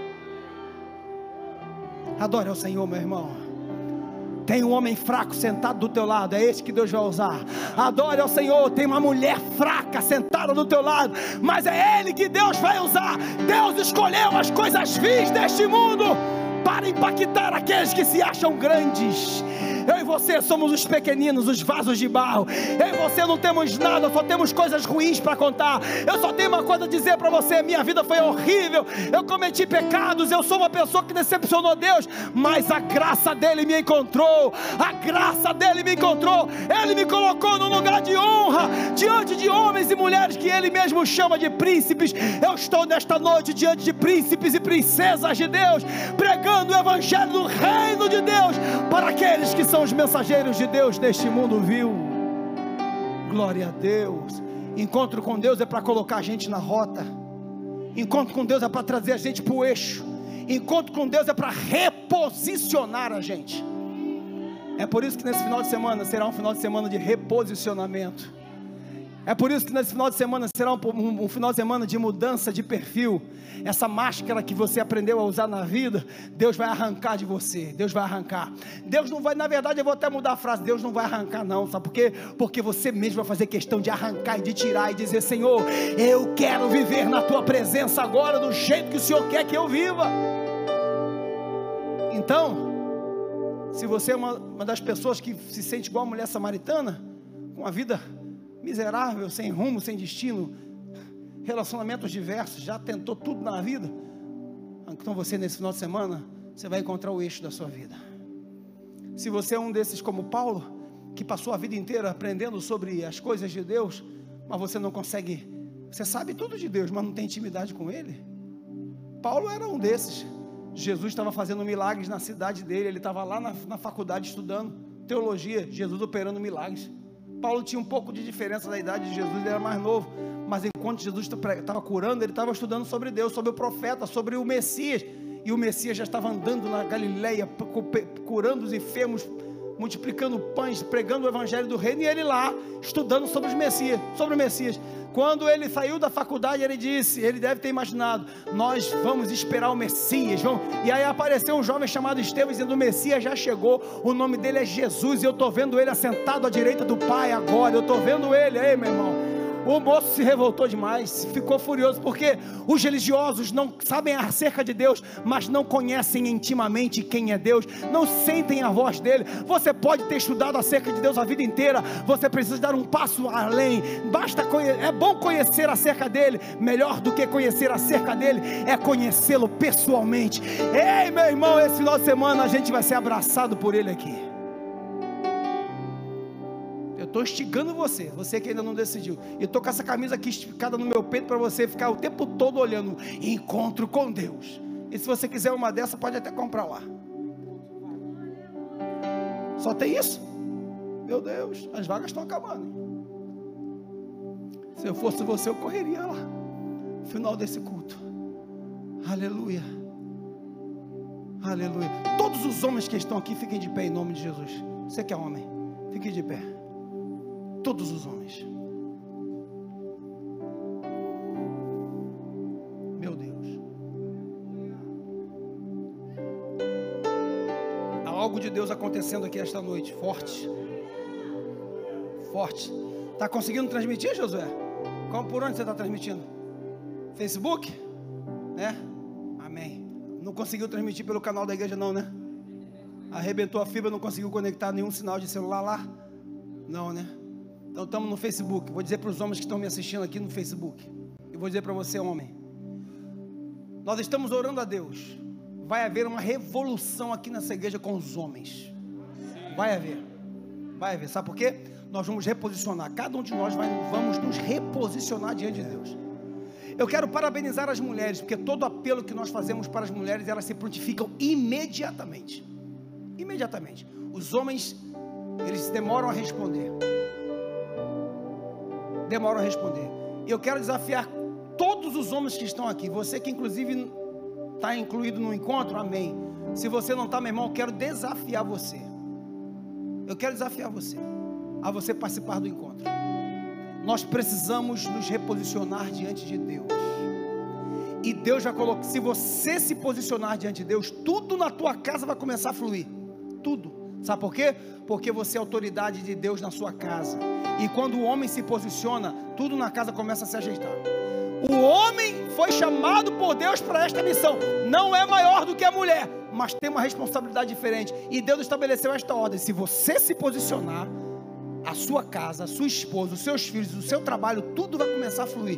Adore ao Senhor, meu irmão. Tem um homem fraco sentado do teu lado, é esse que Deus vai usar. Adore ao Senhor. Tem uma mulher fraca sentada do teu lado, mas é Ele que Deus vai usar. Deus escolheu as coisas vis deste mundo para impactar aqueles que se acham grandes. Eu e você somos os pequeninos, os vasos de barro. Eu e você não temos nada, só temos coisas ruins para contar. Eu só tenho uma coisa a dizer para você: minha vida foi horrível, eu cometi pecados, eu sou uma pessoa que decepcionou Deus, mas a graça dele me encontrou. A graça dele me encontrou. Ele me colocou num lugar de honra diante de homens e mulheres que ele mesmo chama de príncipes. Eu estou nesta noite diante de príncipes e princesas de Deus, pregando o evangelho do reino de Deus para aqueles que são os mensageiros de Deus neste mundo vil. Glória a Deus. Encontro com Deus é para colocar a gente na rota. Encontro com Deus é para trazer a gente para o eixo. Encontro com Deus é para reposicionar a gente. É por isso que nesse final de semana será um final de semana de reposicionamento. É por isso que nesse final de semana será um final de semana de mudança de perfil. Essa máscara que você aprendeu a usar na vida, Deus vai arrancar de você. Deus vai arrancar. Deus não vai, na verdade eu vou até mudar a frase: Deus não vai arrancar não, sabe por quê? Porque você mesmo vai fazer questão de arrancar e de tirar e dizer: Senhor, eu quero viver na tua presença agora do jeito que o Senhor quer que eu viva. Então, se você é uma das pessoas que se sente igual a mulher samaritana, com a vida miserável, sem rumo, sem destino, relacionamentos diversos, já tentou tudo na vida, então você nesse final de semana, você vai encontrar o eixo da sua vida. Se você é um desses como Paulo, que passou a vida inteira aprendendo sobre as coisas de Deus, mas você não consegue, você sabe tudo de Deus, mas não tem intimidade com Ele. Paulo era um desses. Jesus estava fazendo milagres na cidade dele, ele estava lá na faculdade estudando teologia, Jesus operando milagres. Paulo tinha um pouco de diferença da idade de Jesus, ele era mais novo, mas enquanto Jesus estava curando, ele estava estudando sobre Deus, sobre o profeta, sobre o Messias, e o Messias já estava andando na Galileia, curando os enfermos, multiplicando pães, pregando o evangelho do reino, e ele lá, estudando sobre o Messias. Quando ele saiu da faculdade, ele disse, ele deve ter imaginado: nós vamos esperar o Messias, e aí apareceu um jovem chamado Estevão, dizendo: o Messias já chegou, o nome dele é Jesus, e eu estou vendo ele assentado à direita do Pai agora, eu estou vendo ele, aí meu irmão. O moço se revoltou demais, ficou furioso, porque os religiosos não sabem acerca de Deus, mas não conhecem intimamente quem é Deus, não sentem a voz dele. Você pode ter estudado acerca de Deus a vida inteira, você precisa dar um passo além. É bom conhecer acerca dele, melhor do que conhecer acerca dele é conhecê-lo pessoalmente. Ei meu irmão, esse final de semana a gente vai ser abraçado por ele aqui. Estou instigando você que ainda não decidiu, e estou com essa camisa aqui esticada no meu peito para você ficar o tempo todo olhando, encontro com Deus. E se você quiser uma dessa, pode até comprar lá. Só tem isso? Meu Deus, as vagas estão acabando. Se eu fosse você, eu correria lá no final desse culto. Aleluia, aleluia. Todos os homens que estão aqui, fiquem de pé em nome de Jesus. Você que é homem, fique de pé. Todos os homens. Meu Deus. Há algo de Deus acontecendo aqui esta noite, forte. Forte. Está conseguindo transmitir, Josué? Por onde você está transmitindo? Facebook? É? Amém. Não conseguiu transmitir pelo canal da igreja não, né? Arrebentou a fibra, não conseguiu conectar nenhum sinal de celular lá? Não, né? Então estamos no Facebook. Vou dizer para os homens que estão me assistindo aqui no Facebook. E vou dizer para você, homem. Nós estamos orando a Deus. Vai haver uma revolução aqui nessa igreja com os homens. Vai haver. Vai haver. Sabe por quê? Nós vamos reposicionar. Cada um de nós vamos nos reposicionar diante de Deus. Eu quero parabenizar as mulheres, porque todo apelo que nós fazemos para as mulheres, elas se prontificam imediatamente. Imediatamente. Os homens, eles demoram a responder. Demoram a responder. Eu quero desafiar todos os homens que estão aqui. Você que inclusive está incluído no encontro, amém. Se você não está, meu irmão, eu quero desafiar você. Eu quero desafiar você a você participar do encontro. Nós precisamos nos reposicionar diante de Deus. E Deus já colocou, se você se posicionar diante de Deus, tudo na tua casa vai começar a fluir. Tudo. Sabe por quê? Porque você é autoridade de Deus na sua casa. E quando o homem se posiciona, tudo na casa começa a se ajeitar. O homem foi chamado por Deus para esta missão. Não é maior do que a mulher, mas tem uma responsabilidade diferente. E Deus estabeleceu esta ordem. Se você se posicionar, a sua casa, a sua esposa, os seus filhos, o seu trabalho, tudo vai começar a fluir.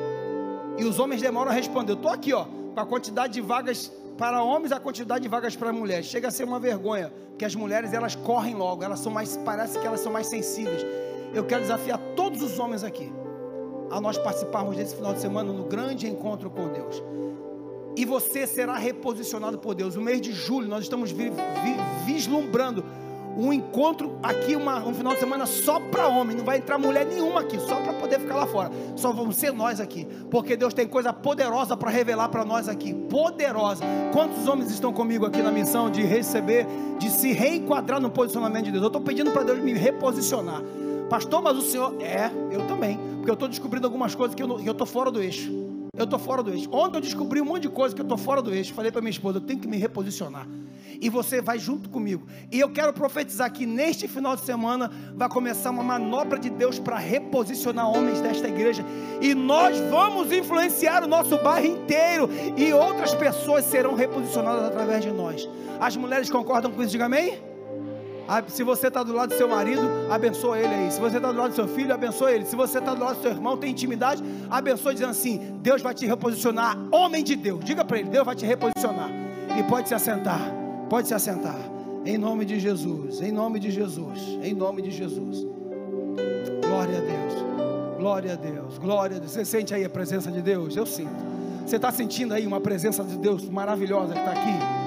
E os homens demoram a responder. Eu estou aqui, ó, com a quantidade de vagas para homens, a quantidade de vagas para mulheres. Chega a ser uma vergonha, porque as mulheres, elas correm logo, elas são mais, parece que elas são mais sensíveis. Eu quero desafiar todos os homens aqui a nós participarmos desse final de semana no grande encontro com Deus. E você será reposicionado por Deus. No mês de julho nós estamos vislumbrando um encontro aqui, um final de semana só para homem. Não vai entrar mulher nenhuma aqui, só para poder ficar lá fora. Só vamos ser nós aqui, porque Deus tem coisa poderosa para revelar para nós aqui. Poderosa. Quantos homens estão comigo aqui na missão de receber, de se reenquadrar no posicionamento de Deus? Eu estou pedindo para Deus me reposicionar. Pastor, mas o senhor... eu também, porque eu estou descobrindo algumas coisas que eu estou fora do eixo. Eu estou fora do eixo. Ontem eu descobri um monte de coisa que eu estou fora do eixo. Falei para minha esposa, eu tenho que me reposicionar. E você vai junto comigo. E eu quero profetizar que neste final de semana vai começar uma manobra de Deus para reposicionar homens desta igreja. E nós vamos influenciar o nosso bairro inteiro. E outras pessoas serão reposicionadas através de nós. As mulheres concordam com isso? Diga amém? Se você está do lado do seu marido, abençoa ele aí. Se você está do lado do seu filho, abençoa ele. Se você está do lado do seu irmão, tem intimidade, abençoa dizendo assim: Deus vai te reposicionar, homem de Deus. Diga para ele: Deus vai te reposicionar. E pode se assentar, pode se assentar. Em nome de Jesus, em nome de Jesus, em nome de Jesus. Glória a Deus, glória a Deus, glória a Deus. Você sente aí a presença de Deus? Eu sinto. Você está sentindo aí uma presença de Deus maravilhosa que está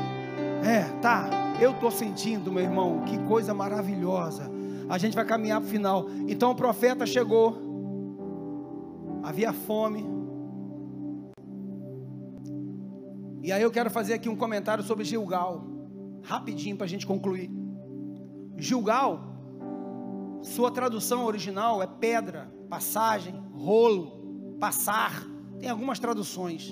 aqui? Tá. Eu estou sentindo, meu irmão, que coisa maravilhosa. A gente vai caminhar para o final. Então o profeta chegou. Havia fome. E aí eu quero fazer aqui um comentário sobre Gilgal. Rapidinho para a gente concluir. Gilgal, sua tradução original é pedra, passagem, rolo, passar. Tem algumas traduções.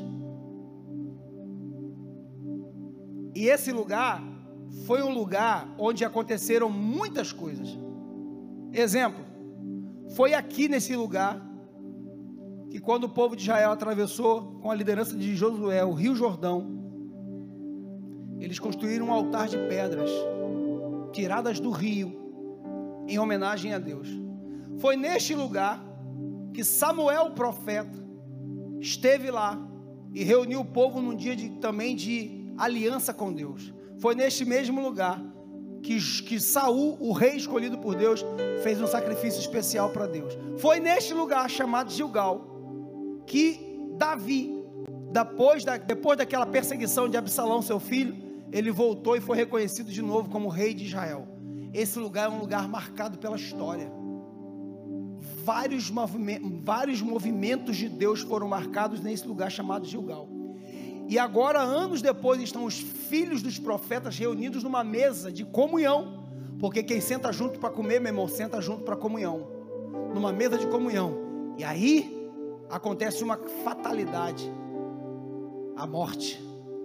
E esse lugar foi um lugar onde aconteceram muitas coisas. Exemplo, foi aqui nesse lugar que quando o povo de Israel atravessou com a liderança de Josué o Rio Jordão, eles construíram um altar de pedras tiradas do rio em homenagem a Deus. Foi neste lugar que Samuel, o profeta, esteve lá e reuniu o povo num dia também de aliança com Deus. Foi neste mesmo lugar que Saul, o rei escolhido por Deus, fez um sacrifício especial para Deus. Foi neste lugar chamado Gilgal que Davi, depois daquela perseguição de Absalão, seu filho, ele voltou e foi reconhecido de novo como rei de Israel. Esse lugar é um lugar marcado pela história. Vários movimentos de Deus foram marcados nesse lugar chamado Gilgal. E agora, anos depois, estão os filhos dos profetas reunidos numa mesa de comunhão. Porque quem senta junto para comer, meu irmão, senta junto para comunhão. numa mesa de comunhão. E aí acontece uma fatalidade: a morte.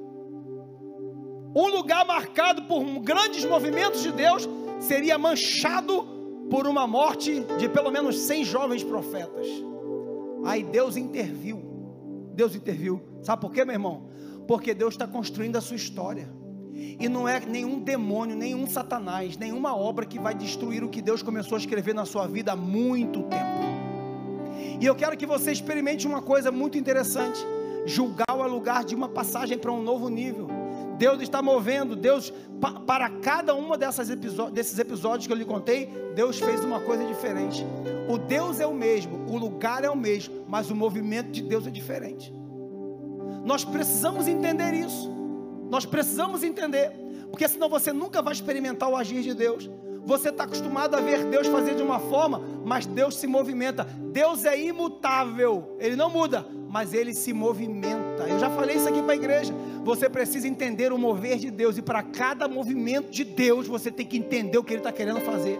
Um lugar marcado por grandes movimentos de Deus seria manchado por uma morte de pelo menos 100 jovens profetas. Aí Deus interviu. Deus interviu. Sabe por quê, meu irmão? Porque Deus está construindo a sua história. E não é nenhum demônio, nenhum satanás, nenhuma obra que vai destruir o que Deus começou a escrever na sua vida há muito tempo. E eu quero que você experimente uma coisa muito interessante: Gilgal é lugar de uma passagem para um novo nível. Deus está movendo, Deus, para cada uma desses episódios que eu lhe contei, Deus fez uma coisa diferente. O Deus é o mesmo, o lugar é o mesmo, mas o movimento de Deus é diferente. Nós precisamos entender isso. Nós precisamos entender, porque senão você nunca vai experimentar o agir de Deus. Você está acostumado a ver Deus fazer de uma forma, mas Deus se movimenta. Deus é imutável, Ele não muda, mas Ele se movimenta. Eu já falei isso aqui para a igreja. Você precisa entender o mover de Deus, e para cada movimento de Deus, você tem que entender o que Ele está querendo fazer.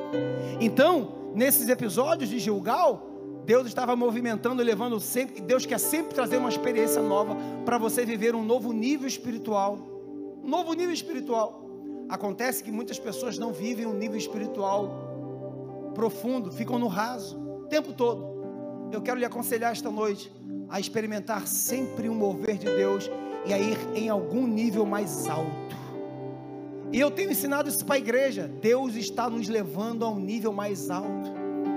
Então, nesses episódios de Gilgal, Deus estava movimentando, levando sempre. Deus quer sempre trazer uma experiência nova para você viver um novo nível espiritual. Um novo nível espiritual. Acontece que muitas pessoas não vivem um nível espiritual profundo, ficam no raso o tempo todo. Eu quero lhe aconselhar esta noite a experimentar sempre um mover de Deus e a ir em algum nível mais alto. E eu tenho ensinado isso para a igreja. Deus está nos levando a um nível mais alto.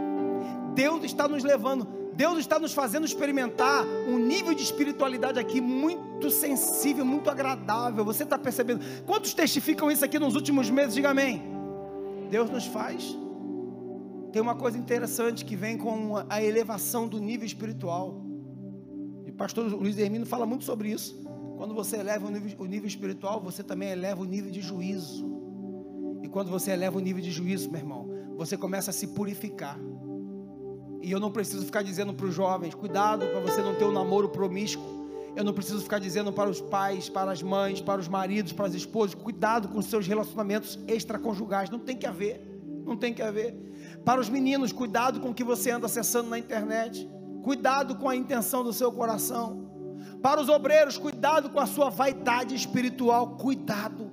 Deus está nos levando, Deus está nos fazendo experimentar um nível de espiritualidade aqui muito sensível, muito agradável. Você está percebendo? Quantos testificam isso aqui nos últimos meses? Diga amém. Deus nos faz. Tem uma coisa interessante que vem com a elevação do nível espiritual. E o pastor Luiz Hermino fala muito sobre isso. Quando você eleva o nível espiritual, você também eleva o nível de juízo. E quando você eleva o nível de juízo, meu irmão, você começa a se purificar. E eu não preciso ficar dizendo para os jovens: cuidado para você não ter um namoro promíscuo. Eu não preciso ficar dizendo para os pais, para as mães, para os maridos, para as esposas: cuidado com os seus relacionamentos extraconjugais. Não tem que haver, não tem que haver. Para os meninos: cuidado com o que você anda acessando na internet. Cuidado com a intenção do seu coração. Para os obreiros: cuidado com a sua vaidade espiritual. Cuidado.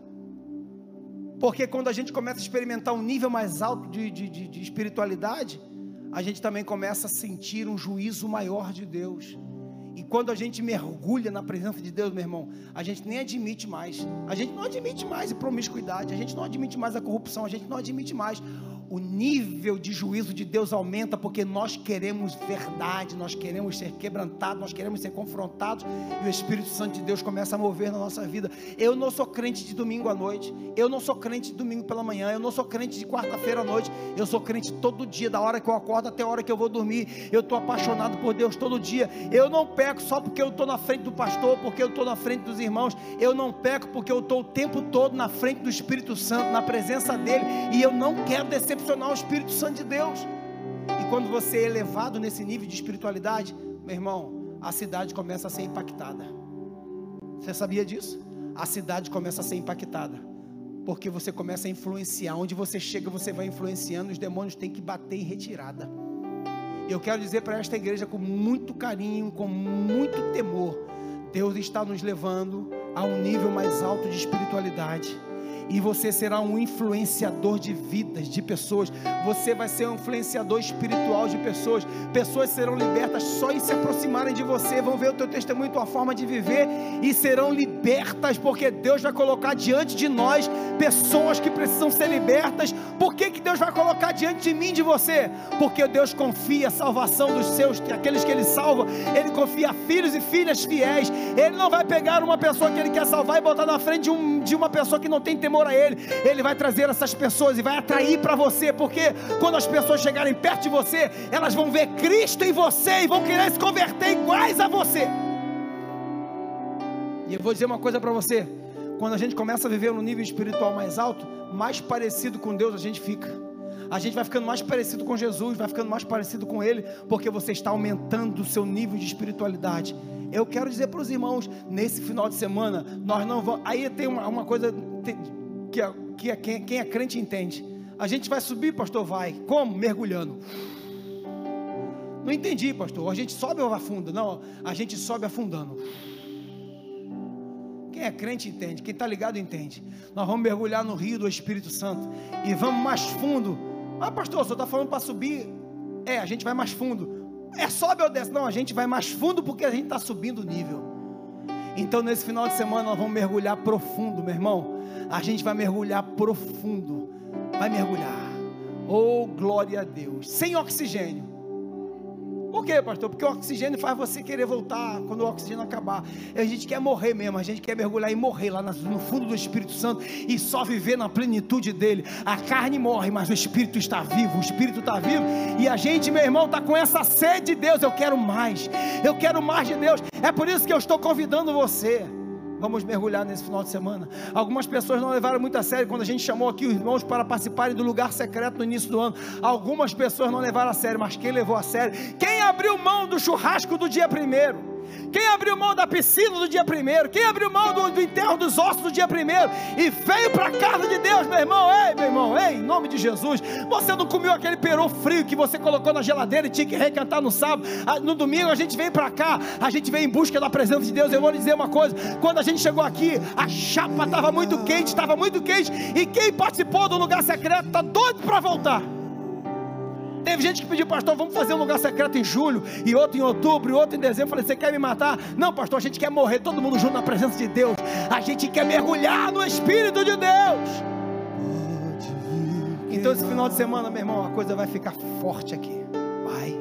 Porque quando a gente começa a experimentar um nível mais alto de espiritualidade, a gente também começa a sentir um juízo maior de Deus. E quando a gente mergulha na presença de Deus, meu irmão, a gente nem admite mais. A gente não admite mais a promiscuidade, a gente não admite mais a corrupção, a gente não admite mais. O nível de juízo de Deus aumenta, porque nós queremos verdade, nós queremos ser quebrantados, nós queremos ser confrontados, e o Espírito Santo de Deus começa a mover na nossa vida. Eu não sou crente de domingo à noite, eu não sou crente de domingo pela manhã, eu não sou crente de quarta-feira à noite, eu sou crente todo dia, da hora que eu acordo até a hora que eu vou dormir. Eu estou apaixonado por Deus todo dia. Eu não peco só porque eu estou na frente do pastor, porque eu estou na frente dos irmãos. Eu não peco porque eu estou o tempo todo na frente do Espírito Santo, na presença dele, e eu não quero decepcionar o Espírito Santo de Deus. E quando você é elevado nesse nível de espiritualidade, meu irmão, a cidade começa a ser impactada. Você sabia disso? A cidade começa a ser impactada, porque você começa a influenciar. Onde você chega, você vai influenciando. Os demônios têm que bater em retirada. Eu quero dizer para esta igreja com muito carinho, com muito temor: Deus está nos levando a um nível mais alto de espiritualidade. E você será um influenciador de vidas, de pessoas. Você vai ser um influenciador espiritual de pessoas. Pessoas serão libertas só em se aproximarem de você. Vão ver o teu testemunho, tua forma de viver, e serão libertas, porque Deus vai colocar diante de nós pessoas que precisam ser libertas. Por que Deus vai colocar diante de mim e de você? Porque Deus confia a salvação dos seus, aqueles que Ele salva. Ele confia a filhos e filhas fiéis. Ele não vai pegar uma pessoa que Ele quer salvar e botar na frente de uma pessoa que não tem temor a Ele. Ele vai trazer essas pessoas e vai atrair para você, porque quando as pessoas chegarem perto de você, elas vão ver Cristo em você e vão querer se converter iguais a você. E eu vou dizer uma coisa para você: quando a gente começa a viver um nível espiritual mais alto, mais parecido com Deus a gente fica. A gente vai ficando mais parecido com Jesus, vai ficando mais parecido com Ele, porque você está aumentando o seu nível de espiritualidade. Eu quero dizer para os irmãos, nesse final de semana, nós não vamos... Aí tem uma coisa que quem é crente entende. A gente vai subir, pastor? Vai. Como? Mergulhando. Não entendi, pastor. A gente sobe ou afunda? Não, a gente sobe afundando. Quem é crente entende, quem está ligado entende. Nós vamos mergulhar no rio do Espírito Santo e vamos mais fundo. Ah, pastor, o senhor está falando para subir? A gente vai mais fundo. Sobe ou desce? Não, a gente vai mais fundo porque a gente está subindo o nível. Então nesse final de semana nós vamos mergulhar profundo, meu irmão. A gente vai mergulhar profundo. Vai mergulhar. Oh, glória a Deus. Sem oxigênio. Por quê, pastor? Porque o oxigênio faz você querer voltar quando o oxigênio acabar. A gente quer morrer mesmo, a gente quer mergulhar e morrer lá no fundo do Espírito Santo e só viver na plenitude dele. A carne morre, mas o Espírito está vivo, o Espírito está vivo, e a gente, meu irmão, está com essa sede de Deus. Eu quero mais de Deus. É por isso que eu estou convidando você. Vamos mergulhar nesse final de semana. Algumas pessoas não levaram muito a sério quando a gente chamou aqui os irmãos para participarem do lugar secreto no início do ano. Algumas pessoas não levaram a sério, mas quem levou a sério? Quem abriu mão do churrasco do dia 1º? Quem abriu mão da piscina do dia 1º? Quem abriu mão do enterro dos ossos do dia 1º? E veio para a casa de Deus, meu irmão. Meu irmão, em nome de Jesus. Você não comeu aquele peru frio que você colocou na geladeira e tinha que recantar no sábado? No domingo a gente veio para cá, a gente veio em busca da presença de Deus. Eu vou lhe dizer uma coisa: quando a gente chegou aqui, a chapa estava muito quente, e quem participou do lugar secreto está doido para voltar. Teve gente que pediu: pastor, vamos fazer um lugar secreto em julho, e outro em outubro, e outro em dezembro. Eu falei: você quer me matar? Não, pastor, a gente quer morrer todo mundo junto na presença de Deus. A gente quer mergulhar no Espírito de Deus. Então esse final de semana, meu irmão, a coisa vai ficar forte aqui. Vai.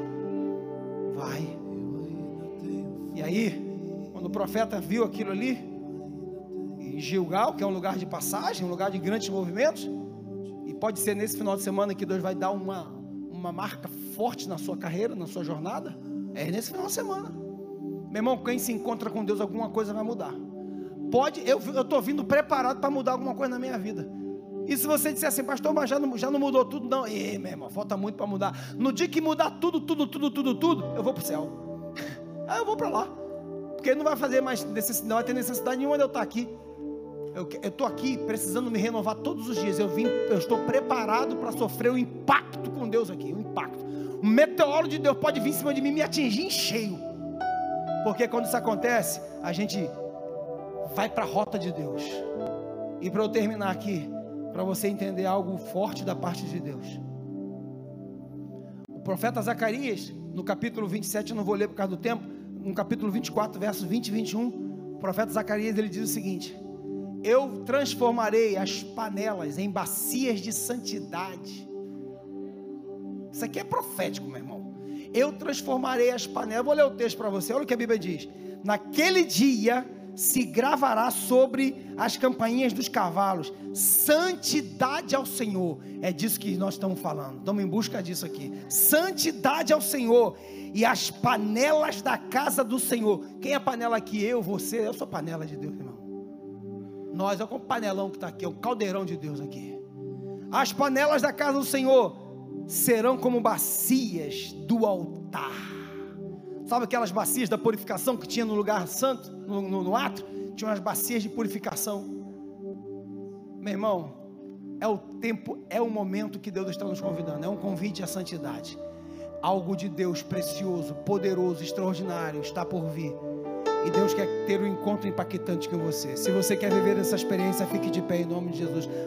E aí, quando o profeta viu aquilo ali, em Gilgal, que é um lugar de passagem, um lugar de grandes movimentos, e pode ser nesse final de semana que Deus vai dar uma marca forte na sua carreira, na sua jornada, nesse final de semana. Meu irmão, quem se encontra com Deus, alguma coisa vai mudar. Eu estou vindo preparado para mudar alguma coisa na minha vida. E se você disser assim: pastor, mas já não mudou tudo? Não, meu irmão, falta muito para mudar. No dia que mudar tudo, eu vou para o céu. Aí eu vou para lá, porque não vai fazer mais necessidade, não vai ter necessidade nenhuma de eu estar aqui. Eu estou aqui precisando me renovar todos os dias. Eu estou preparado para sofrer o impacto com Deus aqui. Um meteoro de Deus pode vir em cima de mim e me atingir em cheio. Porque quando isso acontece, a gente vai para a rota de Deus. E para eu terminar aqui, para você entender algo forte da parte de Deus, o profeta Zacarias, no capítulo 27, eu não vou ler por causa do tempo, no capítulo 24, versos 20 e 21, o profeta Zacarias, ele diz o seguinte: eu transformarei as panelas em bacias de santidade. Isso aqui é profético, meu irmão. Eu transformarei as panelas. Eu vou ler o texto para você. Olha o que a Bíblia diz: naquele dia se gravará sobre as campainhas dos cavalos: santidade ao Senhor. É disso que nós estamos falando. Estamos em busca disso aqui. Santidade ao Senhor. E as panelas da casa do Senhor. Quem é a panela aqui? Eu, você. Eu sou panela de Deus, irmão. Nós, é o panelão que está aqui, é o caldeirão de Deus aqui. As panelas da casa do Senhor serão como bacias do altar. Sabe aquelas bacias da purificação que tinha no lugar santo, no átrio? Tinha umas bacias de purificação. Meu irmão, é o tempo, é o momento que Deus está nos convidando. É um convite à santidade. Algo de Deus precioso, poderoso, extraordinário está por vir. E Deus quer ter um encontro impactante com você. Se você quer viver essa experiência, fique de pé em nome de Jesus.